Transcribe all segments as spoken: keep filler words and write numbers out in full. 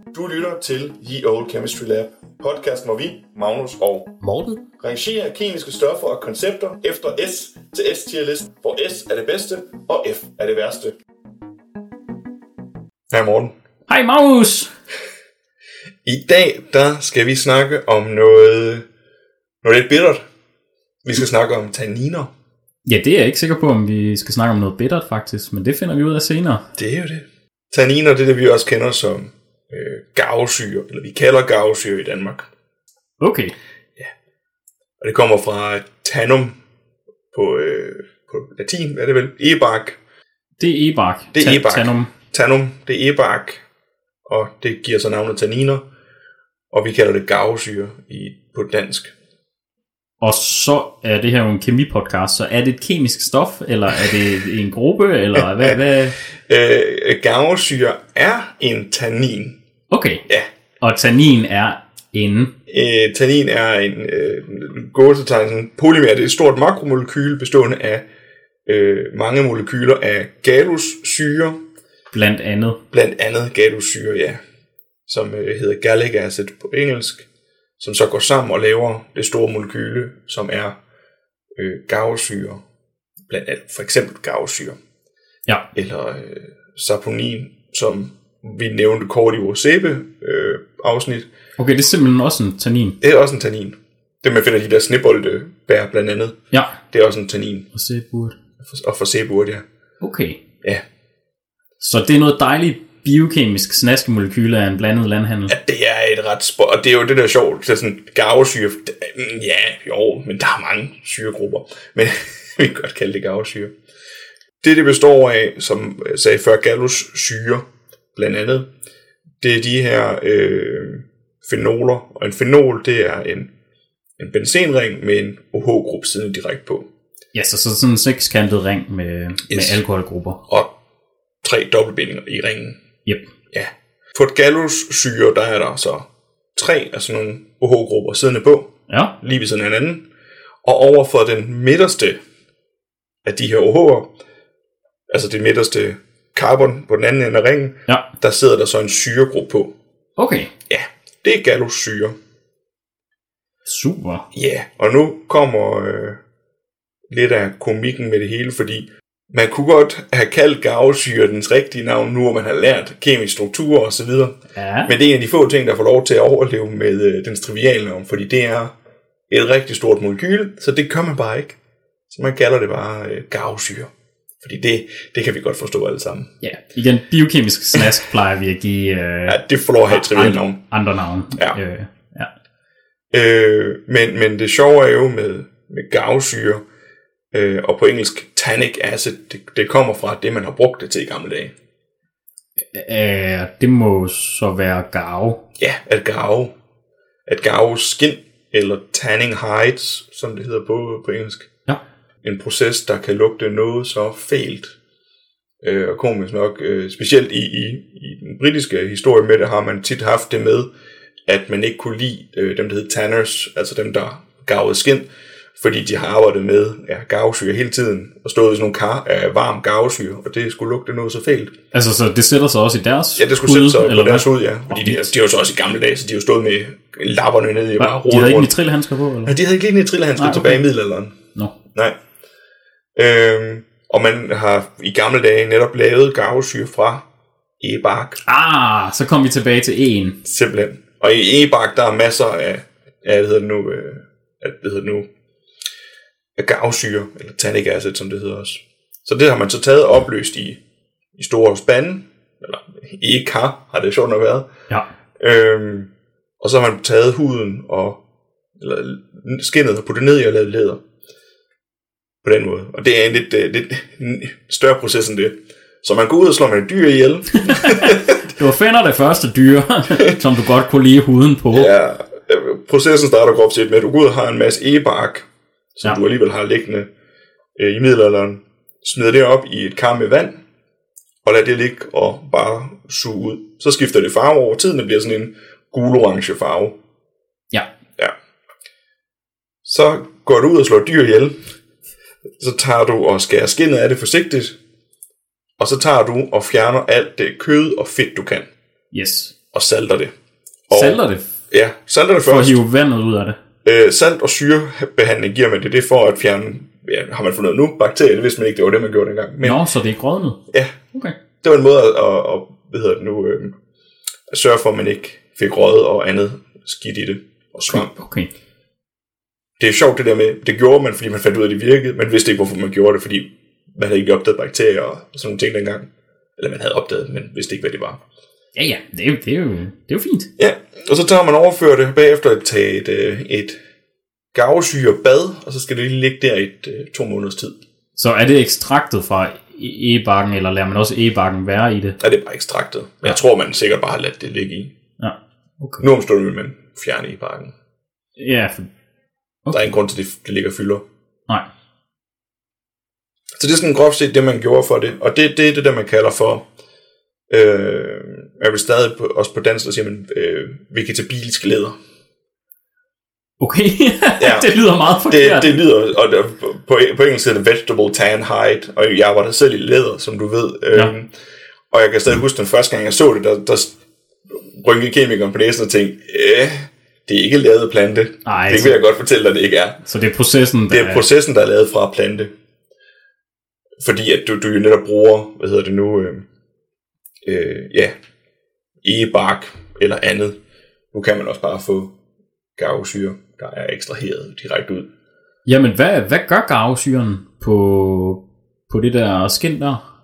Du lytter til Ye Old Chemistry Lab, podcasten hvor vi, Magnus og Morten, rangerer kemiske stoffer og koncepter efter S til S-tier-listen, hvor S er det bedste og F er det værste. Hej Morten. Hej Magnus. I dag der skal vi snakke om noget, noget lidt bittert. Vi skal snakke om tanniner. Ja, det er jeg ikke sikker på, om vi skal snakke om noget bittert faktisk, men det finder vi ud af senere. Det er jo det. Tanniner, det er det, vi også kender som øh, garvesyre, eller vi kalder garvesyre i Danmark. Okay. Ja. Og det kommer fra tannum på, øh, på latin, er det vel? Ebark. Det er ebark. Det er Ta- ebark. Tannum. Tannum, det er ebark, og det giver så navnet tanniner, og vi kalder det garvesyre i, på dansk. Og så er det her jo en kemipodcast, så er det et kemisk stof, eller er det en gruppe, eller hvad? hvad? øh, garvesyre er en tannin. Okay. Ja. Og tannin er en... Øh, tannin er en øh, gåsetegn, sådan polymer. Det er et stort makromolekyle bestående af øh, mange molekyler af gallussyre. Blandt andet. Blandt andet gallussyre, ja. Som øh, hedder gallic acid på engelsk. Som så går sammen og laver det store molekyle, som er øh, garvesyre. Blandt andet for eksempel garvesyre. Ja. Eller øh, saponin, som vi nævnte kort i vores sæbe øh, afsnit. Okay, det er simpelthen også en tannin. Det er også en tannin. Det man finder de der snebolde bær blandt andet. Ja. Det er også en tannin. Og sæburt. Og for sæburt, ja. Okay. Ja. Så det er noget dejligt biokemisk snaskemolekyle af en blandet landhandel. Ja, det er et ret spor. Og det er jo det der er sjovt. Det er sådan garvesyre. Ja, jo, men der er mange syregrupper. Men vi kan godt kalde det garvesyre. Det, det består af, som jeg sagde før, gallussyre, blandt andet, det er de her øh, fenoler. Og en fenol, det er en, en benzenring med en O H-gruppe siden direkte på. Ja, så, så sådan en sekskantet ring med, yes. med alkoholgrupper. Og tre dobbeltbindinger i ringen. Yep. Ja. På et gallussyre, der er der så tre af sådan nogle O H-grupper siddende på. Ja. Lige ved siden af hinanden. Og over for den midterste af de her O H'er, altså det midterste carbon på den anden ende af ringen, ja. Der sidder der så en syregruppe på. Okay. Ja, det er gallussyre. Super. Ja, og nu kommer øh, lidt af komikken med det hele, fordi man kunne godt have kaldt garvesyre dens rigtige navn, nu hvor man har lært kemisk struktur og så videre. Ja. Men det er en af de få ting, der får lov til at overleve med øh, dens triviale navn, fordi det er et rigtig stort molekyle, så det kan man bare ikke. Så man kalder det bare øh, garvesyre. Fordi det, det kan vi godt forstå alle sammen. Ja, igen, biokemisk snask plejer vi at give... Øh, ja, det får lov at have et trivialt navn. Andre navn. Ja. Øh, ja. Øh, men, men det sjove er jo med, med garvesyre, øh, og på engelsk tannic acid, det, det kommer fra det, man har brugt det til i gamle dage. Øh, det må så være garve. Ja, at garve. At garve skin, eller tanning hides, som det hedder på, på engelsk. Ja. En proces, der kan lugte noget så fælt øh, og komisk nok. Øh, specielt i, i, i den britiske historie med det, har man tit haft det med, at man ikke kunne lide øh, dem, der hedder tanners, altså dem, der garvede skin, fordi de har arbejdet med ja, garvesyre hele tiden, og stået i sådan nogle kar af varm garvesyre, og det skulle lugte noget så fælt. Altså, så det sætter sig også i deres Ja, det skulle hud, sætte sig eller på deres hvad? hud, ja. Fordi de, de er jo så også i gamle dage, så de har jo stået med lapperne nede i bare hovedet. De havde ikke nitrillehandsker på, eller? Nej, de havde ikke lige nitrillehandsker okay. tilbage i middelalderen. Nå. No. Nej. Øhm, og man har i gamle dage netop lavet garvesyre fra ebark. Ah, så kom vi tilbage til en. Simpelthen. Og i ebark, der er masser af, ja, hvad hedder det nu, øh, hvad hedder det nu, af garvesyre, eller tannic acid, som det hedder også. Så det har man så taget og opløst i, i store spande, eller i kar, har det sjovt nok været. Ja. Øhm, og så har man taget huden og eller skinnet og puttet ned i og lavet læder. På den måde. Og det er en lidt, uh, lidt større proces end det. Så man går ud og slår med et dyr ihjel. Du finder det første dyr, som du godt kunne lide huden på. Ja, processen starter groft set med, at du går ud og har en masse ebark, som ja. du alligevel har liggende øh, i middelalderen. Smider det op i et kar med vand, og lader det ligge og bare suge ud. Så skifter det farve over tiden, og bliver sådan en gul-orange farve. Ja. Ja. Så går du ud og slår dyr ihjel. Så tager du og skærer skindet af det forsigtigt. Og så tager du og fjerner alt det kød og fedt, du kan. Yes. og salter det. Og, salter det? Ja, salter det først. For at hive vandet ud af det? Øh, salt- og syrebehandling giver man det. Det er for at fjerne, ja, har man fundet nu, bakterier. Det vidste man ikke, det var det, man gjorde dengang. Men, Nå, så det er grødnet? Ja. Okay. Det var en måde at, at, at, hvad hedder det nu, øh, at sørge for, at man ikke fik røget og andet skidt i det. Og svamp. Okay. Det er sjovt det der med, det gjorde man, fordi man fandt ud af, at det virkede. Man vidste ikke, hvorfor man gjorde det, fordi man havde ikke opdaget bakterier og sådan nogle ting dengang. Eller man havde opdaget, men vidste ikke, hvad det var. Ja, ja, det er, det er, jo, det er jo fint. Ja, og så tager man overfører det bagefter at tage et, et garvesyre bad, og så skal det lige ligge der i et, to måneders tid. Så er det ekstraktet fra egebakken, eller lader man også egebakken være i det? Ja, det er bare ekstraktet. Men ja. Jeg tror, man sikkert bare har ladt det ligge i. Ja, okay. Nu omstår det, man fjerne egebakken. Ja, for... Okay. Der er ingen grund til, at det, det ligger og fylder. Nej. Så det er sådan groft set det, man gjorde for det. Og det, det er det, der man kalder for... Øh, jeg vil stadig på, også på dansk, der siger man øh, vegetabilsk læder. Okay, ja. Det lyder meget forkert. Det, det lyder, og der, på, på engelsk hedder det vegetable tan hide, og jeg var der selv i læder, som du ved. Øh, ja. Og jeg kan stadig huske den første gang, jeg så det, der, der rynkede kemikeren på næsen og tænkte, øh, det er ikke lavet plante. Ej, det vil jeg godt fortælle dig, det ikke er. Så det er processen, der det er, processen, der er lavet fra plante. Fordi at du, du jo netop bruger, hvad hedder det nu, øh, øh, ja, egebark eller andet. Nu kan man også bare få garvesyre, der er ekstraheret direkte ud. Jamen, hvad, hvad gør garvesyren på, på det der skind der?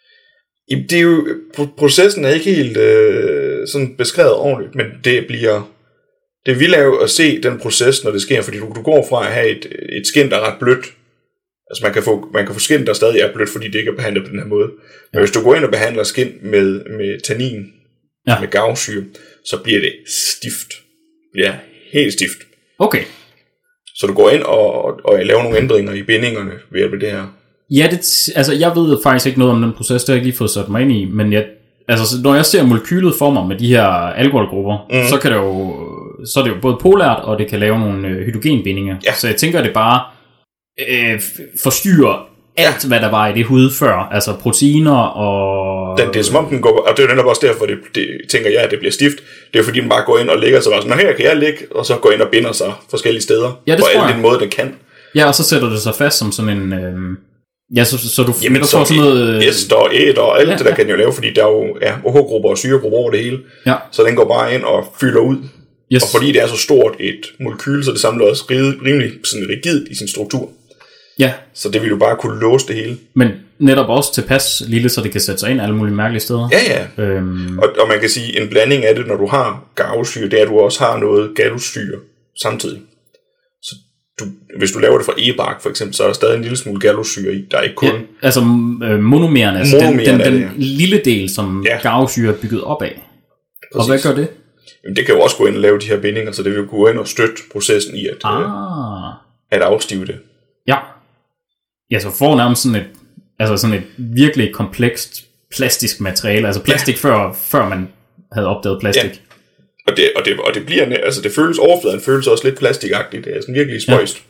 Jamen, det er jo, processen er ikke helt øh, sådan beskrevet ordentligt, men det bliver, det vildt er jo at se den proces, når det sker, fordi du, du går fra at have et, et skind, der er ret blødt. Altså man kan få, man kan få skind, der stadig er blødt, fordi det ikke er behandlet på den her måde. Men ja. Hvis du går ind og behandler skind med, med tannin, ja. Med garvesyre, så bliver det stift. Ja, helt stift. Okay. Så du går ind og, og, og laver nogle ændringer i bindingerne ved hjælp af det her. Ja, det, altså jeg ved faktisk ikke noget om den proces, det har jeg ikke lige fået sat mig ind i, men jeg, altså, når jeg ser molekylet for mig med de her alkoholgrupper, mm. så, kan det jo, så er det jo både polært, og det kan lave nogle øh, hydrogenbindinger. Ja. Så jeg tænker, at det bare øh, forstyrrer alt, ja. Hvad der var i det hud før, altså proteiner og... Den, det er som om den går, og det er jo netop også derfor, det, det tænker jeg, at det bliver stift. Det er fordi, den bare går ind og lægger sig bare sådan, her kan jeg ligge, og så går ind og binder sig forskellige steder, ja, på alle den måde, den kan. Ja, og så sætter det sig fast som sådan en... Øh, ja, så, så du Jamen, får sådan noget... Ester og æter og alt ja, det, der ja. Kan den jo lave, fordi der er jo ja, O H-grupper og syregrupper over det hele. Ja. Så den går bare ind og fylder ud. Yes. Og fordi det er så stort et molekyl, så det samler også rimelig sådan rigidt i sin struktur. Ja. Så det vil jo bare kunne låse det hele. Men netop også tilpas lille, så det kan sætte sig ind alle mulige mærkelige steder. Ja, ja. Øhm. Og, og man kan sige, en blanding af det, når du har garvesyre, det er, at du også har noget gallussyre samtidig. Så du, hvis du laver det fra egebark for eksempel, så er der stadig en lille smule gallussyre i. Der er ikke kun... Ja, altså øh, monomeren, altså monomeren den, den, den det, ja. Lille del, som ja. Garvesyre er bygget op af. Præcis. Og hvad gør det? Jamen, det kan jo også gå ind og lave de her bindinger, så det vil gå ind og støtte processen i at, ah. øh, at afstive det. Ja. Ja, så får nærmest sådan et, altså sådan et virkelig komplekst plastisk materiale, altså plastik ja. før, før man havde opdaget plastik. Ja. Og det, og det, og det bliver, altså det føles, overfladen føles også lidt plastikagtigt, det er sådan virkelig spøjst.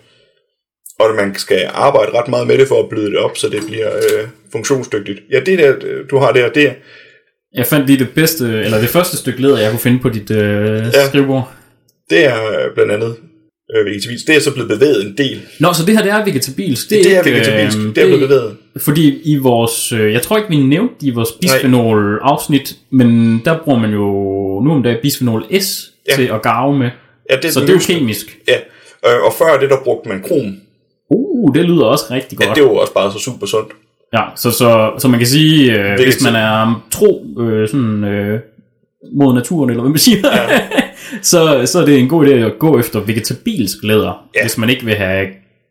Ja. Og man skal arbejde ret meget med det for at bløde det op, så det bliver øh, funktionsdygtigt. Ja, det der, du har der, det er... Jeg fandt lige det bedste, eller det første stykke læder, jeg kunne finde på dit øh, ja. skrivebord. Det er blandt andet øh, vegetabilsk. Det er så blevet bevæget en del. Nå, så det her det er vegetabilsk. Det, det er vegetabilsk. Øh, det er blevet bevæget. Fordi i vores, øh, jeg tror ikke vi nævnte i vores bisphenol afsnit, men der bruger man jo nu om dagen bisphenol S ja. Til at garve med. Ja, det så det er jo kemisk. Ja, øh, og før det der brugte man krom. Uh, det lyder også rigtig godt. Ja, det er jo også bare så super sundt. Ja, så, så, så man kan sige, øh, hvis man er tro øh, sådan, øh, mod naturen, eller hvad man siger, ja. så, så er det en god idé at gå efter vegetabilsk læder, ja. Hvis man ikke vil have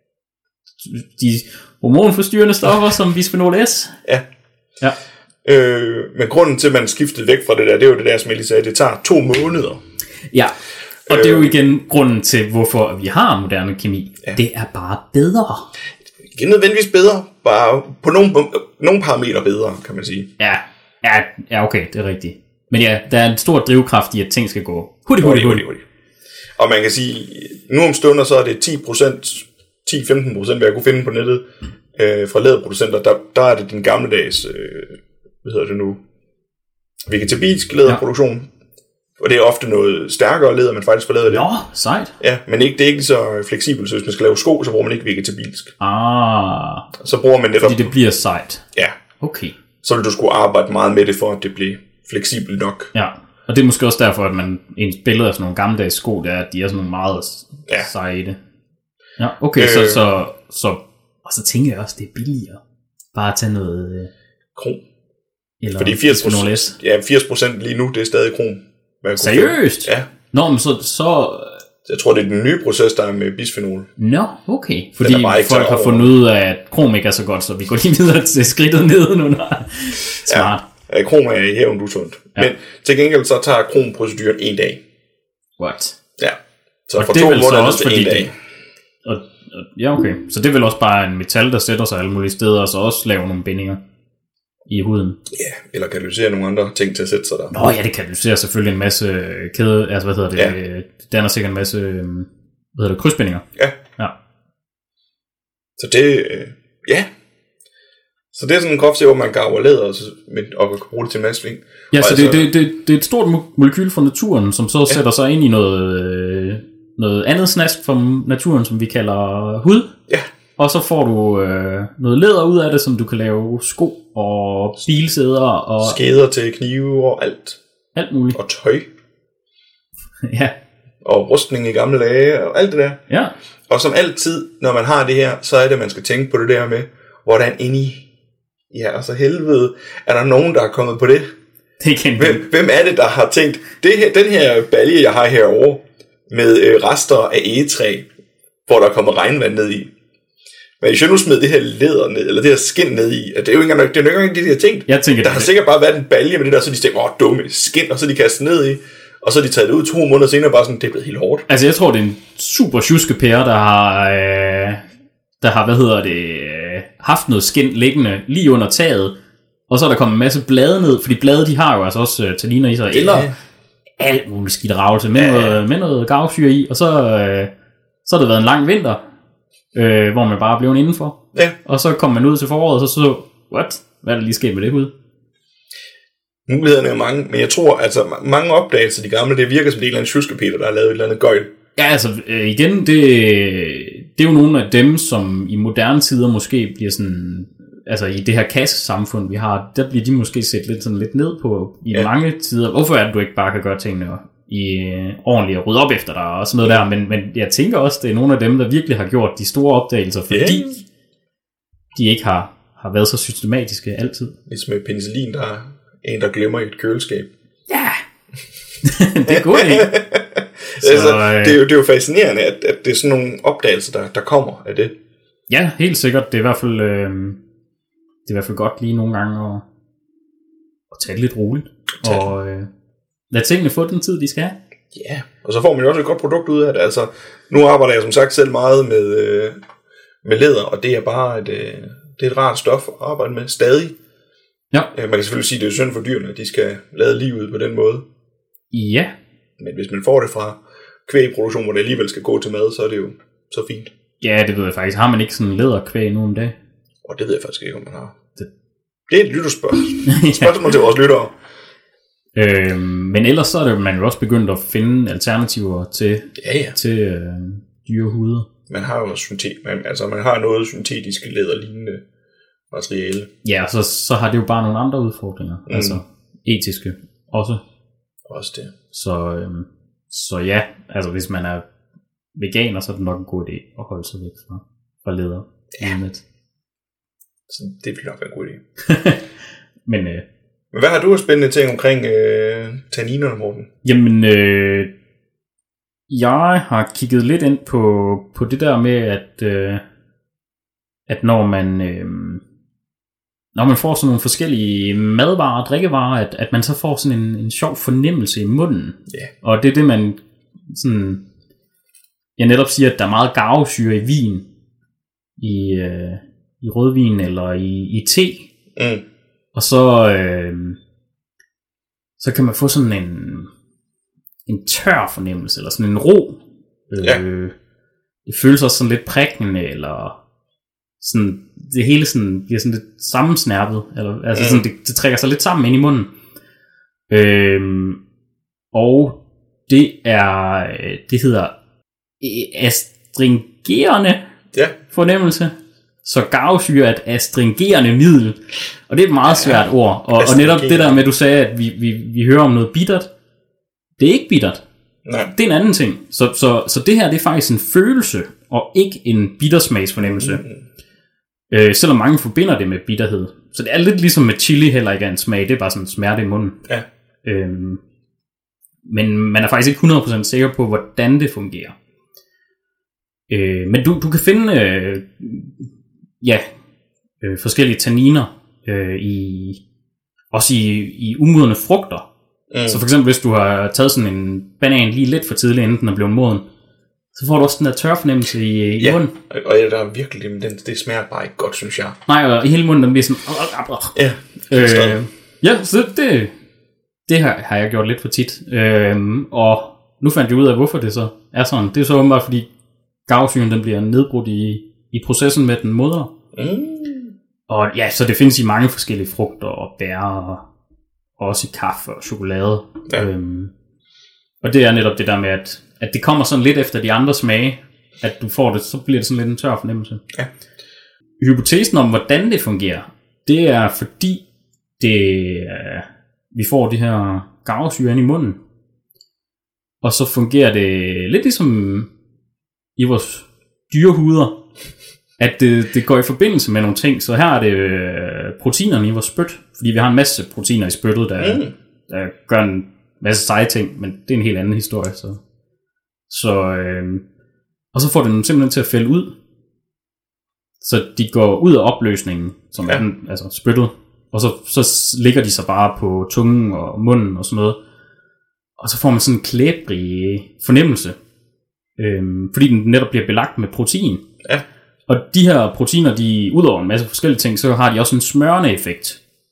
de hormonforstyrrende stoffer som bisphenol S. Ja. ja. Øh, men grunden til, at man skiftede væk fra det der, det er jo det der, som jeg lige sagde, det tager to måneder. Ja, og øh, det er jo igen grunden til, hvorfor vi har moderne kemi. Ja. Det er bare bedre. Ikke nødvendigvis bedre, bare på nogle, nogle parametre bedre, kan man sige. Ja, ja, ja, okay, det er rigtigt. Men ja, der er en stor drivkraft i, at ting skal gå hurtigt, hurtigt, hurtigt. hurtigt. Og man kan sige, nu om stunder, så er det ti procent, ti til femten procent, hvad jeg kunne finde på nettet, øh, fra læderproducenter, der, der er det den gamle dags, øh, hvad hedder det nu, vegetabilsk læderproduktion. Og det er ofte noget stærkere læder, man faktisk får lavet det. Nå, sejt. Ja, men ikke, det er ikke så fleksibelt, så hvis man skal lave sko, så bruger man ikke vegetabilsk. Ah. Så bruger man netop... Fordi det bliver sejt. Ja. Okay. Så vil du skulle arbejde meget med det, for at det bliver fleksibelt nok. Ja, og det er måske også derfor, at man ens billeder af sådan nogle gammeldags sko, det er, at de er sådan nogle meget ja. seje. Ja, okay, øh, så, så, så, og så tænker jeg også, det er billigere. Bare at tage noget... Øh, krom. Eller fordi firs procent, ja, firs procent lige nu, det er stadig krom. Seriøst? Ja. Nå, men så, så... Jeg tror, det er den nye proces, der er med bisfenol. Nå, okay. Fordi folk har fundet ud af, at krom ikke er så godt, så vi går lige videre til skridtet nedenunder. Smart. Ja, krom er i hævn usundt. Ja. Men til gengæld så tager kromproceduren en dag. What? Ja. Så og for det to er vel så måneder også, til fordi en dag. Det, og, og, ja, okay. Så det er vel også bare en metal, der sætter sig alle mulige steder, og så også laver nogle bindinger i huden. Ja, eller katalysere nogle andre ting til at sætte sig der. Nå ja, det katalyserer selvfølgelig en masse kæde, altså hvad hedder det, ja. Det danner sikkert en masse, hvad hedder det, krydsbindinger. Ja. Ja. Så det, øh, ja. Så det er sådan en groft hvor man garver læder, og, så, og kan bruge det til en masse ting. Ja, så altså, det, det, det, det er et stort molekyl fra naturen, som så ja. sætter sig ind i noget, noget andet snask fra naturen, som vi kalder hud. Ja. Og så får du øh, noget læder ud af det, som du kan lave sko og bilsæder og... skeder til knive og alt. Alt muligt. Og tøj. Ja. Og rustning i gamle dage og alt det der. Ja. Og som altid, når man har det her, så er det, man skal tænke på det der med, hvordan inde i... Ja, altså helvede, er der nogen, der er kommet på det? Det kan hvem, hvem er det, der har tænkt, det her, den her balje, jeg har herovre, med øh, rester af egetræ, hvor der kommer regnvand ned i. Men hvis jeg nu smed det her læder ned, eller det her skin ned i, det er jo ikke engang, det er jo ikke engang det, de har tænkt. Jeg tænker, der har sikkert bare været en balje med det der, så de tænker, åh, dumme skin, og så de kastet ned i, og så de taget det ud to måneder senere, bare sådan, det er blevet helt hårdt. Altså, jeg tror, det er en super tjuske pære, der har, øh, der har, hvad hedder det, øh, haft noget skin liggende lige under taget, og så er der kommet en masse blade ned, fordi blade, de har jo altså også øh, tanniner i sig, eller ja. alt muligt skidt ravelse med, ja. noget, med noget garvesyre i, og så, øh, så har det været en lang vinter, Øh, hvor man bare blev indenfor. Ja. Og så kom man ud til foråret, og så så, what? Hvad er der lige sket med det hud? Mulighederne er mange, men jeg tror, altså mange opdagelser, de gamle, det virker som det er en eller anden sjuskepeter, der har lavet et eller andet gøjl. Ja, altså øh, igen, det, det er jo nogle af dem, som i moderne tider måske bliver sådan, altså i det her kassesamfund, vi har, der bliver de måske set lidt, sådan lidt ned på i ja. mange tider. Hvorfor er det, du ikke bare kan gøre tingene i ordentligt og rydde op efter dig og sådan noget der, men, men jeg tænker også, det er nogle af dem, der virkelig har gjort de store opdagelser, fordi yeah. de ikke har, har været så systematiske altid. Ligesom med penicillin, der er en, der glemmer i et køleskab. Ja, det er godt, ikke? Så, altså, det, er jo, det er jo fascinerende, at, at det er sådan nogle opdagelser, der, der kommer af det. Ja, helt sikkert. Det er i hvert fald, øh, det er i hvert fald godt lige nogle gange at, at tage det lidt roligt. Tag. Og øh, lad tingene få den tid, de skal have. Ja, yeah. Og så får man jo også et godt produkt ud af det. Altså, nu arbejder jeg som sagt selv meget med, øh, med læder, og det er bare et, øh, det er et rart stof at arbejde med stadig. Ja. Man kan selvfølgelig sige, at det er synd for dyrene, at de skal lade livet på den måde. Ja. Men hvis man får det fra kvægproduktion, hvor det alligevel skal gå til mad, så er det jo så fint. Ja, det ved jeg faktisk. Har man ikke sådan læderkvæg nu om dagen? Og det ved jeg faktisk ikke, om man har. Det, det er et lytterspørgsmål. Spørgsmål til vores lyttere. Øh, men ellers så er det man jo også begyndt at finde alternativer til, ja, ja. til øh, dyrehuder. Man har jo syntet, man, altså man har noget syntetisk læderlignende materiale. Ja, så, så har det jo bare nogle andre udfordringer, mm. altså etiske også. Også det. Så, øh, så ja, altså hvis man er veganer, så er det nok en god idé at holde sig væk fra, fra læder. Ja. Så det vil nok være en god idé. Men øh, Men hvad har du af spændende ting omkring øh, tanninerne, Morten? Jamen, øh, jeg har kigget lidt ind på, på det der med, at, øh, at når man øh, når man får sådan nogle forskellige madvarer og drikkevarer, at, at man så får sådan en, en sjov fornemmelse i munden. Yeah. Og det er det, man sådan, jeg netop siger, at der er meget garvesyre i vin, i, øh, i rødvin eller i, i te. Mm. Og så, øh, så kan man få sådan en, en tør fornemmelse, eller sådan en ro. Øh, ja. Det føles også sådan lidt prikkende, eller sådan, det hele sådan, bliver sådan lidt sammensnærpet, eller, altså mm. sådan, det, det trækker sig lidt sammen ind i munden. Øh, Og det er, det hedder astringerende ja. fornemmelse. Så garvesyre er et astringerende middel. Og det er et meget svært ja, ord. Og, og netop det der med, du sagde, at vi, vi, vi hører om noget bittert. Det er ikke bittert. Nej. Det er en anden ting. Så, så, så det her, det er faktisk en følelse, og ikke en bittersmagsfornemmelse. Mm. Øh, selvom mange forbinder det med bitterhed. Så det er lidt ligesom med chili heller ikke er en smag. Det er bare sådan en smerte i munden. Ja. Øhm, men man er faktisk ikke hundrede procent sikker på, hvordan det fungerer. Øh, men du, du kan finde øh, ja, øh, forskellige tanniner øh, i, også i, i umodne frugter. Mm. Så for eksempel hvis du har taget sådan en banan lige lidt for tidligt, inden den er blevet moden, så får du også den der tørfornemmelse i, i ja, munden. Og ja, der er virkelig, den, det smager bare ikke godt, synes jeg. Nej, og hele munden den bliver sådan... Ja, øh, ja, så det, det har, har jeg gjort lidt for tit. Øh, og nu fandt jeg ud af, hvorfor det så er sådan. Det er så åbenbart, fordi garvesyren den bliver nedbrudt i, i processen med den modder. Mm. Og ja, så det findes i mange forskellige frugter og bær, og også i kaffe og chokolade. Ja. Øhm, og det er netop det der med, at, at det kommer sådan lidt efter de andre smage, at du får det, så bliver det sådan lidt en tør fornemmelse. Ja. Hypotesen om, hvordan det fungerer, det er fordi, det, øh, vi får de her garvesyre ind i munden. Og så fungerer det lidt ligesom i vores dyrehuder, at det, det går i forbindelse med nogle ting. Så her er det øh, proteinerne i vores spyt, fordi vi har en masse proteiner i spyttet, der, mm. der gør en masse seje ting, men det er en helt anden historie. Så, så, øh, og så får det dem simpelthen til at fælde ud, så de går ud af opløsningen, som ja. er den, altså spyttet, og så, så ligger de sig bare på tungen og munden og sådan noget, og så får man sådan en klæbrig fornemmelse, øh, fordi den netop bliver belagt med protein. Ja. Og de her proteiner, de udover en masse forskellige ting, så har de også en smørende effekt.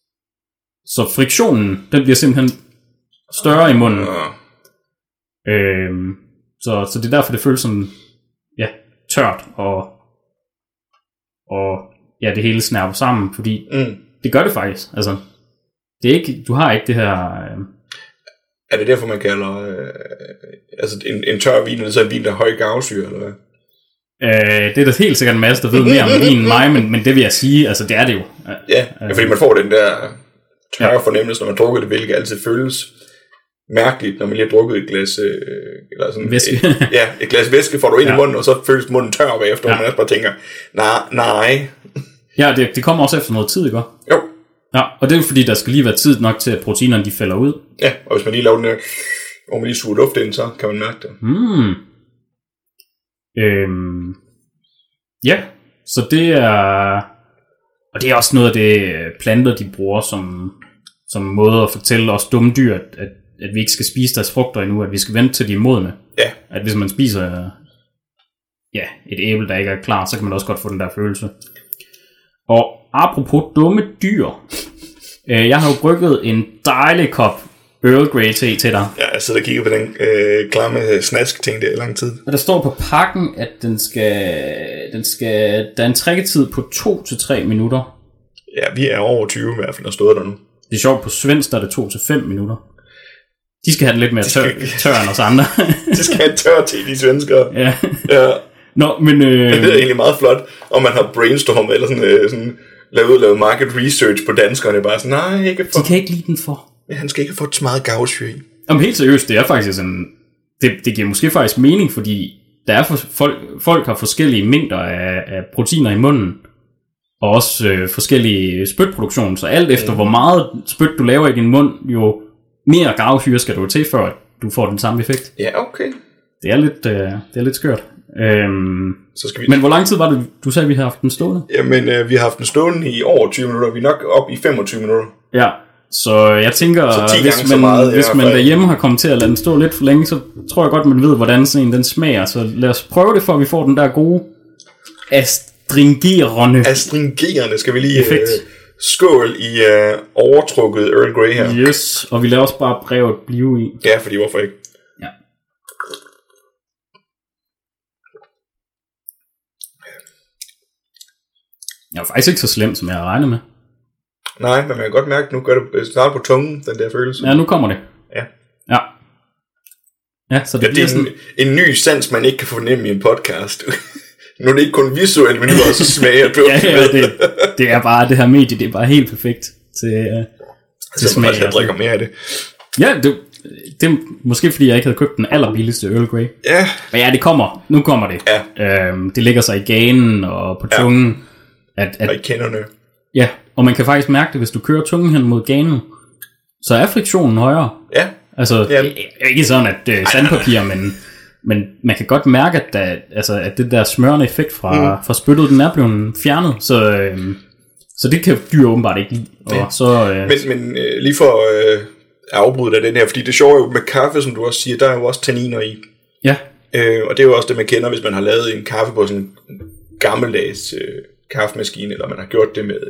Så friktionen, den bliver simpelthen større i munden. Uh. Øhm, så, så det er derfor, det føles sådan, ja, tørt, og, og ja, det hele snærper sammen, fordi mm. det gør det faktisk. Altså, det er ikke, du har ikke det her... Øh, er det derfor, man kalder øh, altså en, en tør vin, eller så en vin, der er høj garvesyre, eller hvad? Øh, det er der helt sikkert en masse, der ved mere om vin end mig, men, men det vil jeg sige, altså det er det jo. Ja, øh, fordi man får den der tørre ja. fornemmelse, når man drukker det, hvilket altid føles mærkeligt, når man lige har drukket et glas, øh, eller sådan, væske. Et, ja, et glas væske får du ind ja. i munden, og så føles munden tør bagefter, ja. og man også bare tænker, nej, nej. Ja, det, det kommer også efter noget tid, ikke? Jo. Ja, og det er jo fordi, der skal lige være tid nok til, at proteinerne de falder ud. Ja, og hvis man lige laver den der, hvor man lige suger luft ind, så kan man mærke det. Mm. Øhm, ja, så det er, og det er også noget af det planter, de bruger som, som måde at fortælle os dumme dyr, at, at, at vi ikke skal spise deres frugter endnu, at vi skal vente til de er modne. Ja. At hvis man spiser ja, et æble, der ikke er klar, så kan man også godt få den der følelse. Og apropos dumme dyr, øh, jeg har jo brygget en dejlig kop Earl Grey te til dig. Ja, jeg sidder og kigger på den øh, klamme snask ting der i lang tid. Og der står på pakken, at den skal, den skal, der er en trækketid på to til tre minutter. Ja, vi er over tyve i hvert fald, der stod der nu. Det er sjovt, på svensk der er det to til fem minutter. De skal have det lidt mere tør, tør end os andre. De skal have tør te, de svenskere. Ja. Ja. Nå, men... Øh... Det er egentlig meget flot, om man har brainstormet eller sådan, øh, sådan lavet, lavet market research på danskerne. Bare sådan, nej, ikke for... De kan ikke lide den for... Ja, han skal ikke have fået så meget garvesyre i. Jamen helt seriøst, det er faktisk sådan... Det, det giver måske faktisk mening, fordi der er for, folk, folk har forskellige mængder af, af proteiner i munden, og også øh, forskellige spytproduktion, så alt efter mm. hvor meget spyt du laver i din mund, jo mere garvesyre skal du til, før du får den samme effekt. Ja, okay. Det er lidt, øh, det er lidt skørt. Øhm, så skal vi... Men hvor lang tid var det, du sagde, vi har haft den stående? Jamen, øh, vi har haft den stående i over tyve minutter, vi er nok op i femogtyve minutter. Ja, så jeg tænker, så hvis man, meget, hvis man derhjemme har kommet til at lade den stå lidt for længe, så tror jeg godt, man ved, hvordan sådan en den smager. Så lad os prøve det, for at vi får den der gode astringerende astringerende, skal vi lige øh, skål i øh, overtrukket Earl Grey her. Yes, og vi lader også bare brevet blive i. Ja, fordi hvorfor ikke? Ja. Jeg er faktisk ikke så slemt, som jeg har regnet med. Nej, men man kan godt mærke, nu gør det snart på tungen, den der følelse. Ja, nu kommer det. Ja. Ja. Ja, så det, ja, det er sådan... en, en ny sans, man ikke kan fornemme i en podcast. Nu er det ikke kun visuelt, men nu også smag og duft. ja, ja, det, det er bare, det her medie, det er bare helt perfekt til, uh, til smag. Så jeg drikker mere af det. Ja, det, det er måske fordi, jeg ikke havde købt den allerbilligste Earl Grey. Ja. Men ja, det kommer. Nu kommer det. Ja. Øhm, det ligger sig i ganen og på tungen. Ja. At, at, og i kenderne. Ja, og man kan faktisk mærke det, hvis du kører tungen hen mod ganen, så er friktionen højere. Ja. Altså, ja. ikke sådan, at øh, sandpapir, men, men man kan godt mærke, at, der, altså, at det der smørende effekt fra, mm. fra spyttet, den er blevet fjernet. Så, øh, så det kan dyr åbenbart ikke lide. Ja. Og så, øh, men men øh, lige for øh, at afbryde dig den her, fordi det sjove jo med kaffe, som du også siger, der er jo også tanniner i. Ja. Øh, og det er jo også det, man kender, hvis man har lavet en kaffe på sådan en gammeldags øh, kaffemaskine, eller man har gjort det med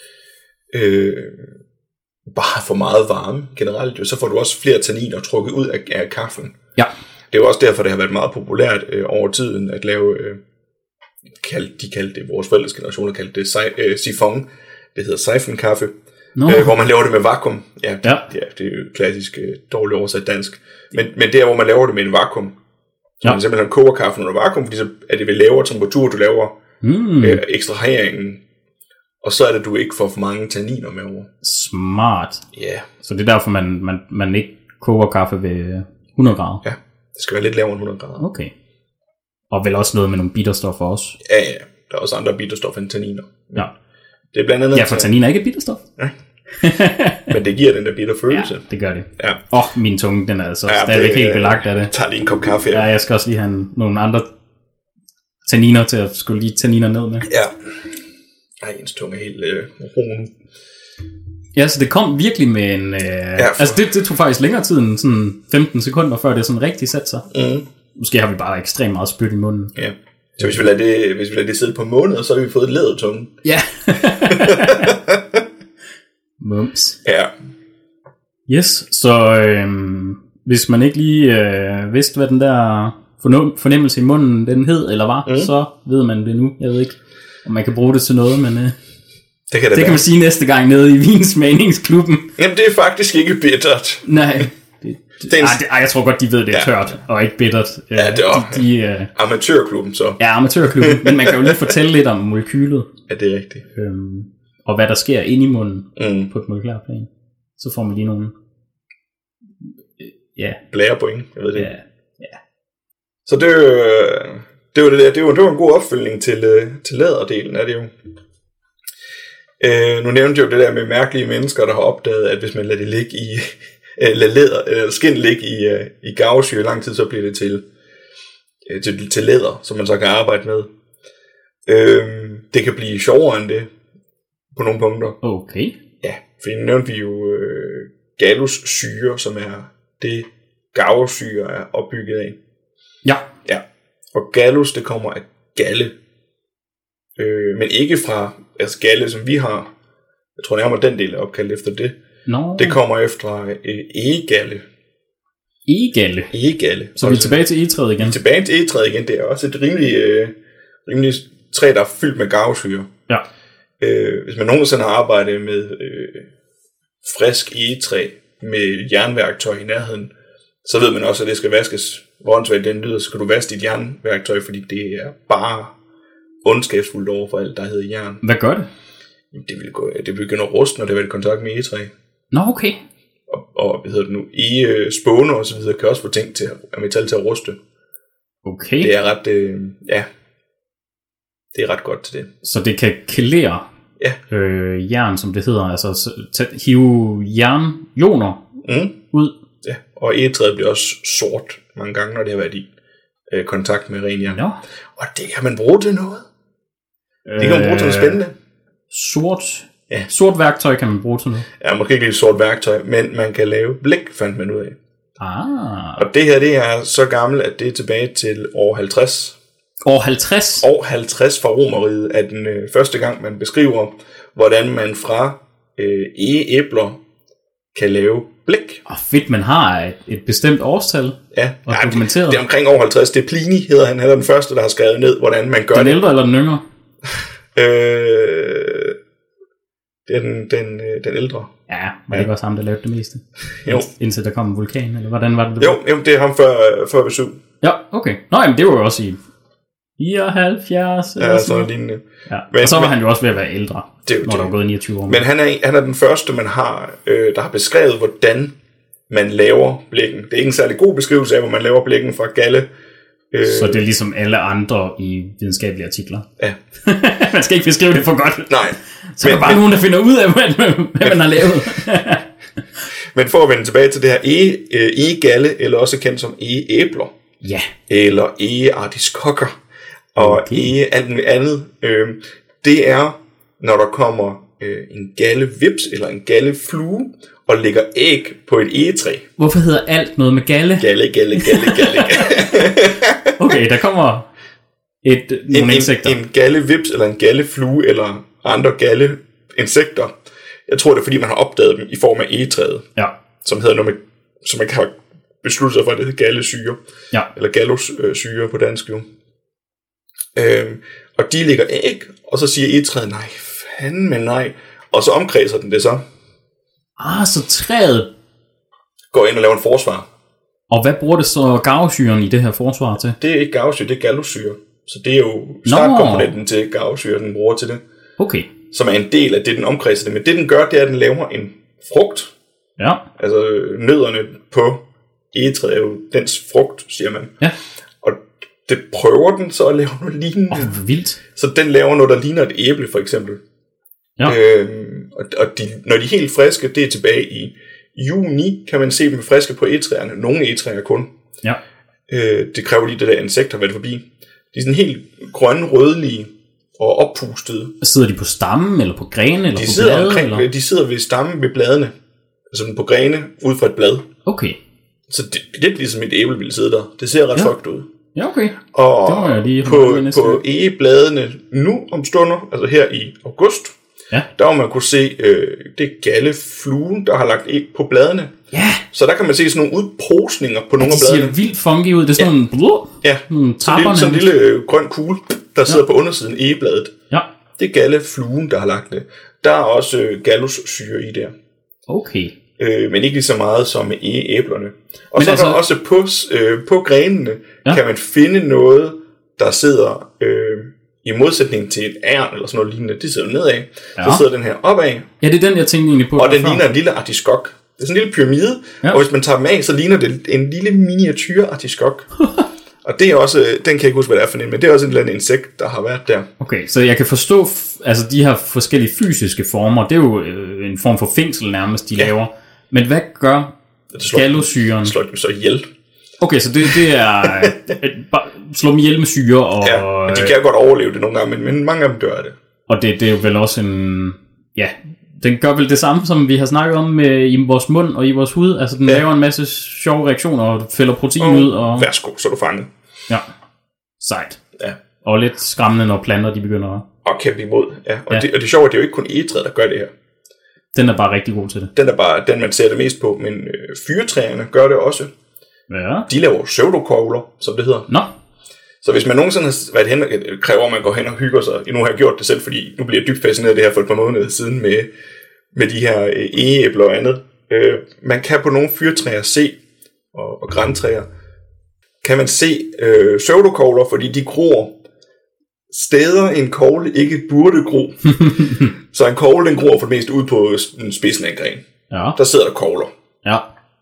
øh, bare for meget varme generelt, jo, så får du også flere tanniner trukket ud af, af kaffen. Ja. Det er jo også derfor, det har været meget populært øh, over tiden at lave, øh, kald, de kaldte det, vores forældres generationer kaldte det øh, siphon, det hedder siphon-kaffe, no. øh, hvor man laver det med vakuum. Ja, ja. ja det er jo klassisk øh, dårligt oversat dansk. Men, men det er, hvor man laver det med en vakuum. Så ja. Man simpelthen koger kaffen under vakuum, fordi så er det ved lavere temperatur, du laver mm. øh, ekstraheringen, og så er det, du ikke får for mange tanniner med over. Smart. Ja. Yeah. Så det er derfor, man, man, man ikke koger kaffe ved hundrede grader? Ja, det skal være lidt lavere end hundrede grader. Okay. Og vel også noget med nogle bitterstoffer også? Ja, ja. Der er også andre bitterstoffer end tanniner. Ja. Det er blandt andet... Ja, for tanniner er ikke et bitterstof. Nej. Men det giver den der bitter følelse. Ja, det gør det. Ja. Åh, oh, min tunge, den er altså ja, stadigvæk helt belagt af det. Jeg tager lige en kop kaffe. Ja, jeg skal også lige have nogle andre tanniner til at skulle lige tanniner ned med. Ja. Ej, ens tunge er helt øh, roen. Ja, så det kom virkelig med en... Øh, ja, for... Altså, det, det tog faktisk længere tid end sådan femten sekunder, før det sådan rigtig satte sig. Mm. Måske har vi bare ekstremt meget spyt i munden. Ja. Så hvis vi lader det, hvis vi lader det sidde på måneder, så har vi fået et lædertunge. Ja. Mums. Ja. Yes, så øh, hvis man ikke lige øh, vidste, hvad den der fornemmelse i munden den hed eller var, mm. så ved man det nu. Jeg ved ikke, om man kan bruge det til noget, men øh, det, kan, det, det kan man sige næste gang nede i Vinsmagningsklubben. Jamen, det er faktisk ikke bittert. Nej. Det, det, ej, det, ej, jeg tror godt, de ved, det er ja. tørt og ikke bittert. Ja, det er de, de, øh, amatørklubben så. Ja, amatørklubben, men man kan jo lige fortælle lidt om molekylet. Ja, det er rigtigt. Øhm, og hvad der sker inde i munden mm. på et molekylært plan. Så får man lige nogle... Ja. Blærepoint, jeg ved det. Ja. Ja. Så det, det var det der. Det var, det var en god opfølgning til, til læderdelen af det jo. Øh, nu nævnte jeg jo det der med mærkelige mennesker, der har opdaget, at hvis man lader det ligge i... Lad læder, eller skin ligge i, uh, i garvesyre i lang tid, så bliver det til, uh, til, til læder, som man så kan arbejde med. Uh, det kan blive sjovere end det, på nogle punkter. Okay. Ja, for nu nævnte vi jo uh, gallussyre, som er det garvesyre er opbygget af. Ja. Ja, og gallus, det kommer af galle. Uh, men ikke fra altså galle, som vi har. Jeg tror nærmere, den del er opkaldt efter det. No. Det kommer efter øh, egegalle. Egegalle? Egegalle. Så vi er tilbage til egetræet igen? Vi er tilbage til egetræet igen. Det er også et rimelig, øh, rimelig træ, der er fyldt med garvesyre. Ja. Øh, hvis man nogensinde har arbejdet med øh, frisk egetræ med jernværktøj i nærheden, så ved man også, at det skal vaskes. Hvor åndssvagt den lyder, så skal du vaske dit jernværktøj, fordi det er bare ondskabsfuldt over for alt, der hedder jern. Hvad gør det? Det vil, gå, det vil begynde at ruste, når det er i kontakt med egetræ. Nå, okay. Og, og hvad hedder det nu, e spåner og så videre kan også få ting til at metal til at ruste. Okay. Det er ret, øh, ja, det er ret godt til det. Så det kan kelere ja. øh, jern, som det hedder, altså t- hive jernioner mm. ud. Ja, og egetræet bliver også sort mange gange, når det har været i øh, kontakt med ren jern. Nå. Og det kan man bruge til noget. Det kan man bruge til noget spændende. Sort, ja. Sort værktøj kan man bruge til noget. Ja, måske ikke lige sort værktøj, men man kan lave blik, fandt man ud af. Ah. Og det her, det er så gammelt, at det er tilbage til år halvtreds. År halvtreds? År halvtreds fra Romeriet er den øh, første gang, man beskriver, hvordan man fra øh, egeæbler kan lave blik. Og fedt, man har et, et bestemt årstal. Ja, og ja dokumenteret. Det er omkring år halvtreds. Det er Pliny, hedder han. Han er den første, der har skrevet ned, hvordan man gør den det. Den ældre eller den yngre? Øh, Det er den, den, den ældre. Ja, var det ikke også ham, der lavede det meste? Jo. Indtil der kom en vulkan, eller hvordan var det? det jo, jo, det er ham før, før vi syv. Ja, okay. Nå, jamen det var jo også i fireoghalvfjerds. Ja, sådan lignende. Ja. Men, og så var men, han jo også ved at være ældre, det, når det, der var gået niogtyve år. Men han er, han er den første, man har, øh, der har beskrevet, hvordan man laver blækken. Det er ikke en særlig god beskrivelse af, hvor man laver blækken fra galle. Øh, så det er ligesom alle andre i videnskabelige artikler. Ja. Man skal ikke beskrive det for godt. Nej. Så men, er der bare men, nogen, der finder ud af, hvad, hvad man har lavet. Men for at vende tilbage til det her egegalle, eller også kendt som egeæbler. Ja. Eller egeartiskokker. Og okay. ege alt muligt andet. Øh, det er, når der kommer øh, en gallevips eller en galleflue, og lægger æg på et egetræ. Hvorfor hedder alt noget med galle? Galle, galle, galle, galle. Okay, der kommer et, nogle en, insekter. En, en gallevips eller en galleflue eller andre galleinsekter. Jeg tror, det er fordi, man har opdaget dem i form af egetræet. Ja. Som hedder noget med, som man kan beslutte sig for, at det hedder gallesyre. Ja. Eller gallosyre på dansk jo. Øhm, og de lægger æg, og så siger egetræet, nej, fandme nej. Og så omkredser den det så. Ah, så træet går ind og laver en forsvar. Og hvad bruger det så garvesyren i det her forsvar til? Det er ikke garvesyre, det er gallosyre. Så det er jo startkomponenten til garvesyre, den bruger til det. Okay. Som er en del af det, den omkredser det. Men det, den gør, det er, at den laver en frugt. Ja. Altså nødderne på egetræet er jo dens frugt, siger man. Ja. Og det prøver den så at lave noget lignende. Åh, oh, vildt. Så den laver noget, der ligner et æble, for eksempel. Ja. Øhm, og og de, når de er helt friske, det er tilbage i juni, kan man se dem friske på egetræerne. Nogle egetræer kun. Ja. Øh, det kræver lige det der insekt har været forbi. De er sådan helt grønne, rødlige og oppustede. Sidder de på stammen, eller på grene, eller de på sidder blade? Omkring, eller? De sidder ved stammen ved bladene. Altså på grene, ud fra et blad. Okay. Så det er lidt ligesom et æble ville sidde der. Det ser ret ja. fucked ud. Ja, okay. Og det må jeg lige på, på egebladene nu om stunder, altså her i august, ja. der må man kunne se, øh, det er gallefluen, der har lagt æg på bladene. Ja. Så der kan man se sådan nogle udposninger på nogle ja, af bladene. Det ser vildt funky ud. Det er sådan ja. nogle blå, ja. nogle trapper. Så det er sådan en lille øh, grøn kugle, der sidder ja. på undersiden af egebladet. Ja. Det er gallefluen, der har lagt det. Der er også øh, gallussyre i der. Okay. Øh, men ikke lige så meget som med egeæblerne. Og men så altså, er der også på, øh, på grenene, ja. kan man finde noget, der sidder øh, i modsætning til et ærn eller sådan noget lignende. Det sidder nedad. Ja. Så sidder den her opad. Ja, det er den, jeg tænkte egentlig på. Og den ligner en lille artiskok. Det er sådan en lille pyramide, ja. Og hvis man tager dem af, så ligner det en lille miniatyr artiskok. Og det er også, den kan jeg ikke huske, hvad det er for en, men det er også en eller anden insekt, der har været der. Okay, så jeg kan forstå, altså de her forskellige fysiske former, det er jo øh, en form for fængsel nærmest, de ja. laver. Men hvad gør gallosyren? Det slår dem så ihjel. Okay, så det, det er slå dem ihjel med syre. Og, ja, og de kan jo godt overleve det nogle gange, men, men mange af dem dør af det. Og det, det er jo vel også en, ja, den gør vel det samme, som vi har snakket om med, i vores mund og i vores hud. Altså den ja. laver en masse sjove reaktioner og fælder protein og, ud. Og værsgo, så er du fanget. Ja, sejt. Ja. Og lidt skræmmende, når planter de begynder at og kæmpe imod. Ja. Og, ja. Det, og det sjove er, det er jo ikke kun egetræet, der gør det her. Den er bare rigtig god til det. Den er bare den, man ser det mest på, men øh, fyrretræerne gør det også. Ja. De laver pseudokogler, som det hedder. Nå. Så hvis man nogensinde har været hen, kræver at man går hen og hygger sig. Nu har jeg gjort det selv, fordi nu bliver jeg dybt fascineret af det her for et par måneder siden med, med de her øh, egeæbler og andet. Øh, man kan på nogle fyrretræer se, og, og grantræer, kan man se øh, pseudokogler, fordi de gror steder en kogle ikke burde gro. Så en kogle, den gror for det meste ud på spidsen af en gren. Ja. Der sidder der kogler. Ja.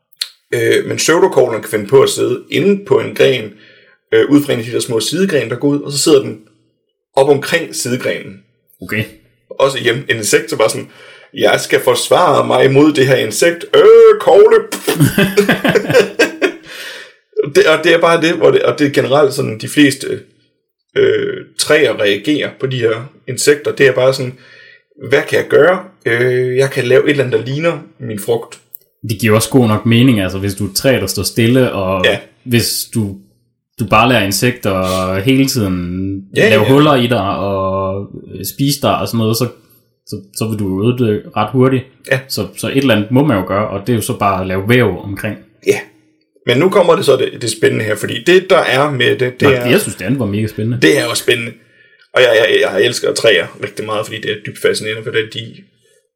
Øh, men pseudokoglerne kan finde på at sidde inde på en gren, øh, ud fra en af de der små sidegrene, der går ud, og så sidder den op omkring sidegrenen. Okay. Også igen, en insekt, så bare sådan, jeg skal forsvare mig imod det her insekt. Øh, kogle! det, og det er bare det, hvor det, og det er generelt sådan, de fleste øh, træer reagerer på de her insekter. Det er bare sådan, hvad kan jeg gøre? Øh, jeg kan lave et eller andet, der ligner min frugt. Det giver også god nok mening, altså hvis du er et træ, der står stille, og ja. hvis du, du bare lader insekter hele tiden ja, lave ja. huller i dig, og spise dig og sådan noget, så, så, så vil du øde det ret hurtigt. Ja. Så, så et eller andet må man jo gøre, og det er jo så bare at lave væv omkring. Ja, men nu kommer det så det, det spændende her, fordi det, der er med det, det Nå, er... Jeg synes, det andet var mega spændende. Det er også spændende. Og jeg, jeg, jeg elsker træer rigtig meget, fordi det er dybt fascinerende, for det, de,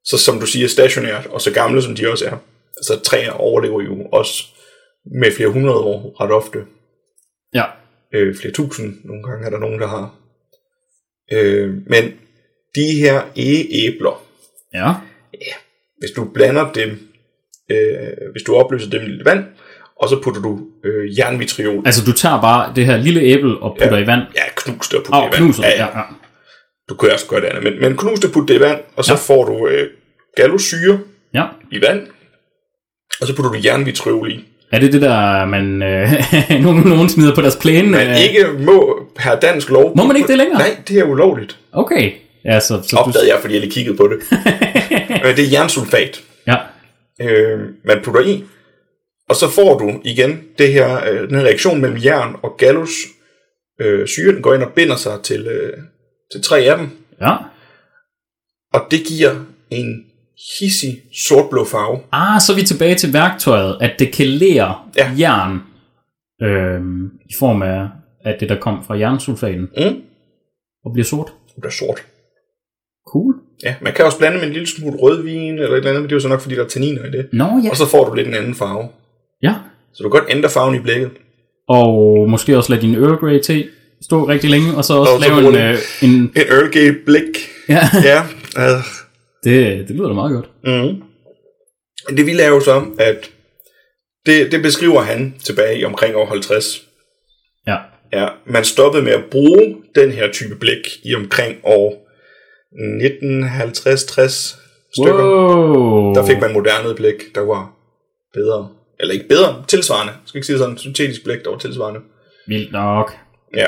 så som du siger, stationært, og så gamle som de også er. Altså træer overlever jo også med flere hundrede år ret ofte. Ja. Øh, flere tusind, nogle gange er der nogen, der har. Øh, men de her egeæbler, Ja. ja, hvis du blander dem, øh, hvis du opløser dem i lidt vand, og så putter du øh, jernvitriol. Altså du tager bare det her lille æble og putter ja, i vand? Ja, knus det og putter oh, det i vand. Knuser, ja, ja. Du kan også gøre det andet, men, men knus det og putter det i vand, og så ja. får du øh, gallosyre ja. i vand, og så putter du jernvitriol i. Er det det der, man øh, nogen, nogen smider på deres plæne? Man ikke må per dansk lov. Må man ikke det længere? Nej, det er ulovligt. Okay. Ja, så, så opdagede du... jeg, fordi jeg lige kiggede på det. Det er jernsulfat. Ja. Øh, man putter i, og så får du igen det her, øh, den her reaktion mellem jern og gallus. Øh, syre, den går ind og binder sig til, øh, til tre af dem. Ja. Og det giver en hissig sortblå farve. Ah, så er vi tilbage til værktøjet, at det kan lære ja. jern øh, i form af, af det, der kom fra jernsulfaten. Mm. Og bliver sort. Det bliver sort. Cool. Ja, man kan også blande med en lille smule rødvin eller et eller andet, men det er jo så nok, fordi der er tanniner i det. Nå, ja. Og så får du lidt en anden farve. Ja. Så du kan godt ændre farven i blikket. Og måske også lade din Earl Grey te stå rigtig længe, og så også og lave så en, øh, en... En Earl Grey blik. Ja. Ja. Uh. Det, det lyder da meget godt. Mm. Det vilde er jo så, at det, det beskriver han tilbage i omkring år halvtreds. Ja. Ja, man stoppede med at bruge den her type blik i omkring år nitten halvtreds tres stykker. Wow. Der fik man moderne blik, der var bedre. Eller ikke bedre, tilsvarende. Jeg skal ikke sige sådan, syntetisk blik, der var tilsvarende. Vildt nok. Ja.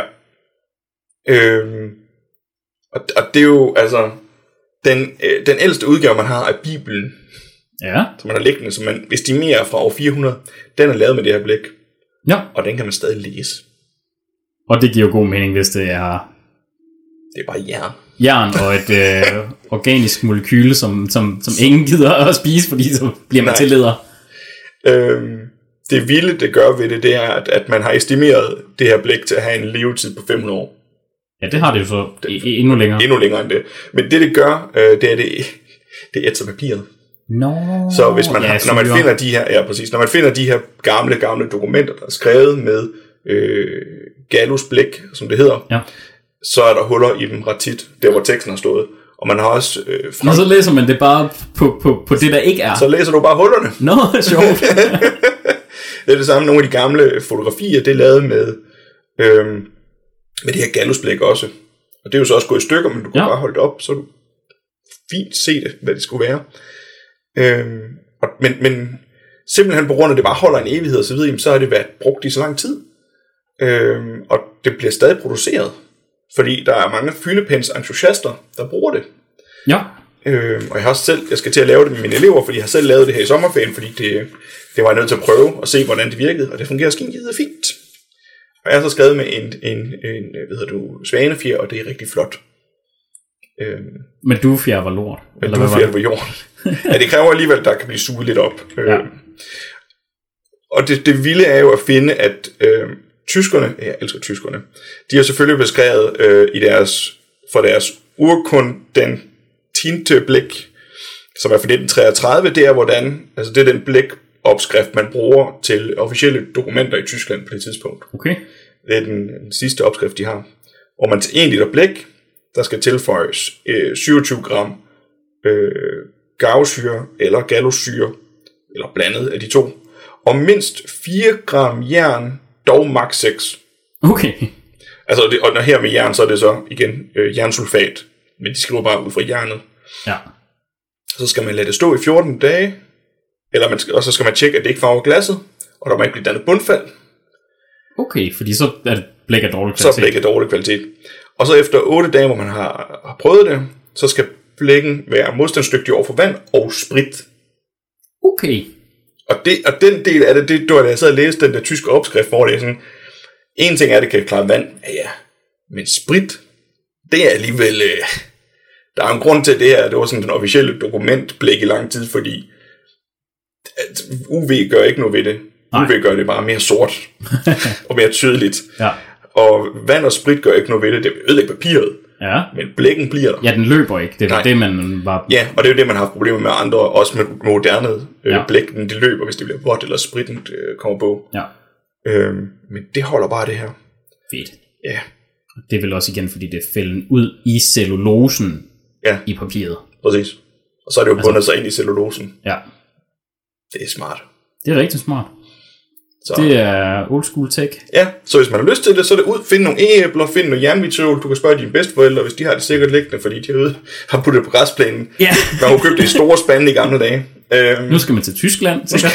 Øhm, og, og det er jo, altså, den, øh, den ældste udgave, man har af Bibelen, ja. som man har liggende, som man estimerer fra år fire hundrede, den er lavet med det her blik. Ja. Og den kan man stadig læse. Og det giver jo god mening, hvis det er... Det er bare jern. Jern og et øh, organisk molekyle, som, som, som ingen gider at spise, fordi så bliver man Nej. til leder. Øhm, det vilde, det gør ved det, det er, at, at man har estimeret det her blik til at have en levetid på fem hundrede år. Ja, det har det jo så det, endnu længere. Endnu længere end det. Men det, det gør, øh, det er det, det ætser papiret. No. Så hvis man, ja, har, når man finder de her, ja præcis, når man finder de her gamle, gamle dokumenter, der er skrevet med øh, Gallus blik, som det hedder, ja. så er der huller i dem ret tit, der hvor teksten har stået. Og man har også... Øh, frem... Og så læser man det bare på, på, på det, der ikke er. Så læser du bare hullerne. Nå, no, sjovt. Det er det samme, nogle af de gamle fotografier, det er lavet med, øh, med det her Gallus-blik også. Og det er jo så også gået i stykker, men du kan ja. bare holde det op, så du fint se det, hvad det skulle være. Øh, og, men, men simpelthen på grund af, at det bare holder en evighed og så videre, så har det været brugt i så lang tid. Øh, og det bliver stadig produceret. Fordi der er mange fyldepens entusiaster, der bruger det. Ja. Øh, og jeg har også selv, jeg skal til at lave det med mine elever, fordi jeg har selv lavet det her i sommerferien, fordi det, det var jeg nødt til at prøve og se, hvordan det virkede, og det fungerer skide fint. Og jeg har så skrevet med en, en, en hvad hedder du, svanefjer, og det er rigtig flot. Øh, men duefjer var lort? Men duefjer var jorden. Ja, det kræver alligevel, at der kan blive suget lidt op. Ja. Øh, og det, det vilde er jo at finde, at øh, tyskerne, jeg elsker tyskerne, de har selvfølgelig beskrevet øh, i deres, for deres urkundentinteblik, som er fra nitten treogtredive, det er hvordan, altså det er den blikopskrift, man bruger til officielle dokumenter i Tyskland på det tidspunkt. Okay. Det er den, den sidste opskrift, de har. Hvor man til en liter blik, der skal tilføjes øh, syvogtyve gram øh, garvesyre eller gallosyre, eller blandet af de to, og mindst fire gram jern, dog max seks. Okay. Altså, det, og når her med jern, så er det så igen øh, jernsulfat, men de skriver bare ud fra jernet. Ja. Så skal man lade det stå i fjorten dage, eller man skal, og så skal man tjekke, at det ikke farver glasset, og der må ikke blive dannet bundfald. Okay, fordi så er det blæk af dårlig Så kvalitet. er blæk af dårlig kvalitet. Og så efter otte dage, hvor man har, har prøvet det, så skal blækken være modstandsdygtig over for vand og sprit. Okay. Og, det, og den del af det, det var da jeg sad og læste den der tyske opskrift, hvor det er sådan, en ting er, at det kan klare vand, ja ja, men sprit, det er alligevel, øh, der er en grund til det her, det var sådan den officielle dokumentblik i lang tid, fordi at U V gør ikke noget ved det. Nej. U V gør det bare mere sort og mere tydeligt. Ja. Og vand og sprit gør ikke noget ved det, det ødelægger papiret. Ja. Men blækken bliver der. Ja, den løber ikke. Det er Nej. det, man var... Ja, og det er jo det, man har haft problemer med andre, også med moderne øh, Ja. blæk. De løber, hvis det bliver vådt, eller spritten øh, kommer på. Ja. Øhm, men det holder bare det her. Fedt. Ja. Det er vel også igen, fordi det er fælden ud i cellulosen Ja. i papiret. Præcis. Og så er det jo Altså- bundet sig ind i cellulosen. Ja. Det er smart. Det er rigtig smart. Så. Det er old school tech. Ja, så hvis man har lyst til det, så er det ud, find nogle e-æbler, find noget jernvitriol. Du kan spørge dine bedsteforældre, hvis de har det sikkert liggende, fordi de herude har puttet det på græsplænen. Ja. Man har købt det i store spande i gamle dage. Øhm, Nu skal man til Tyskland, sikkert.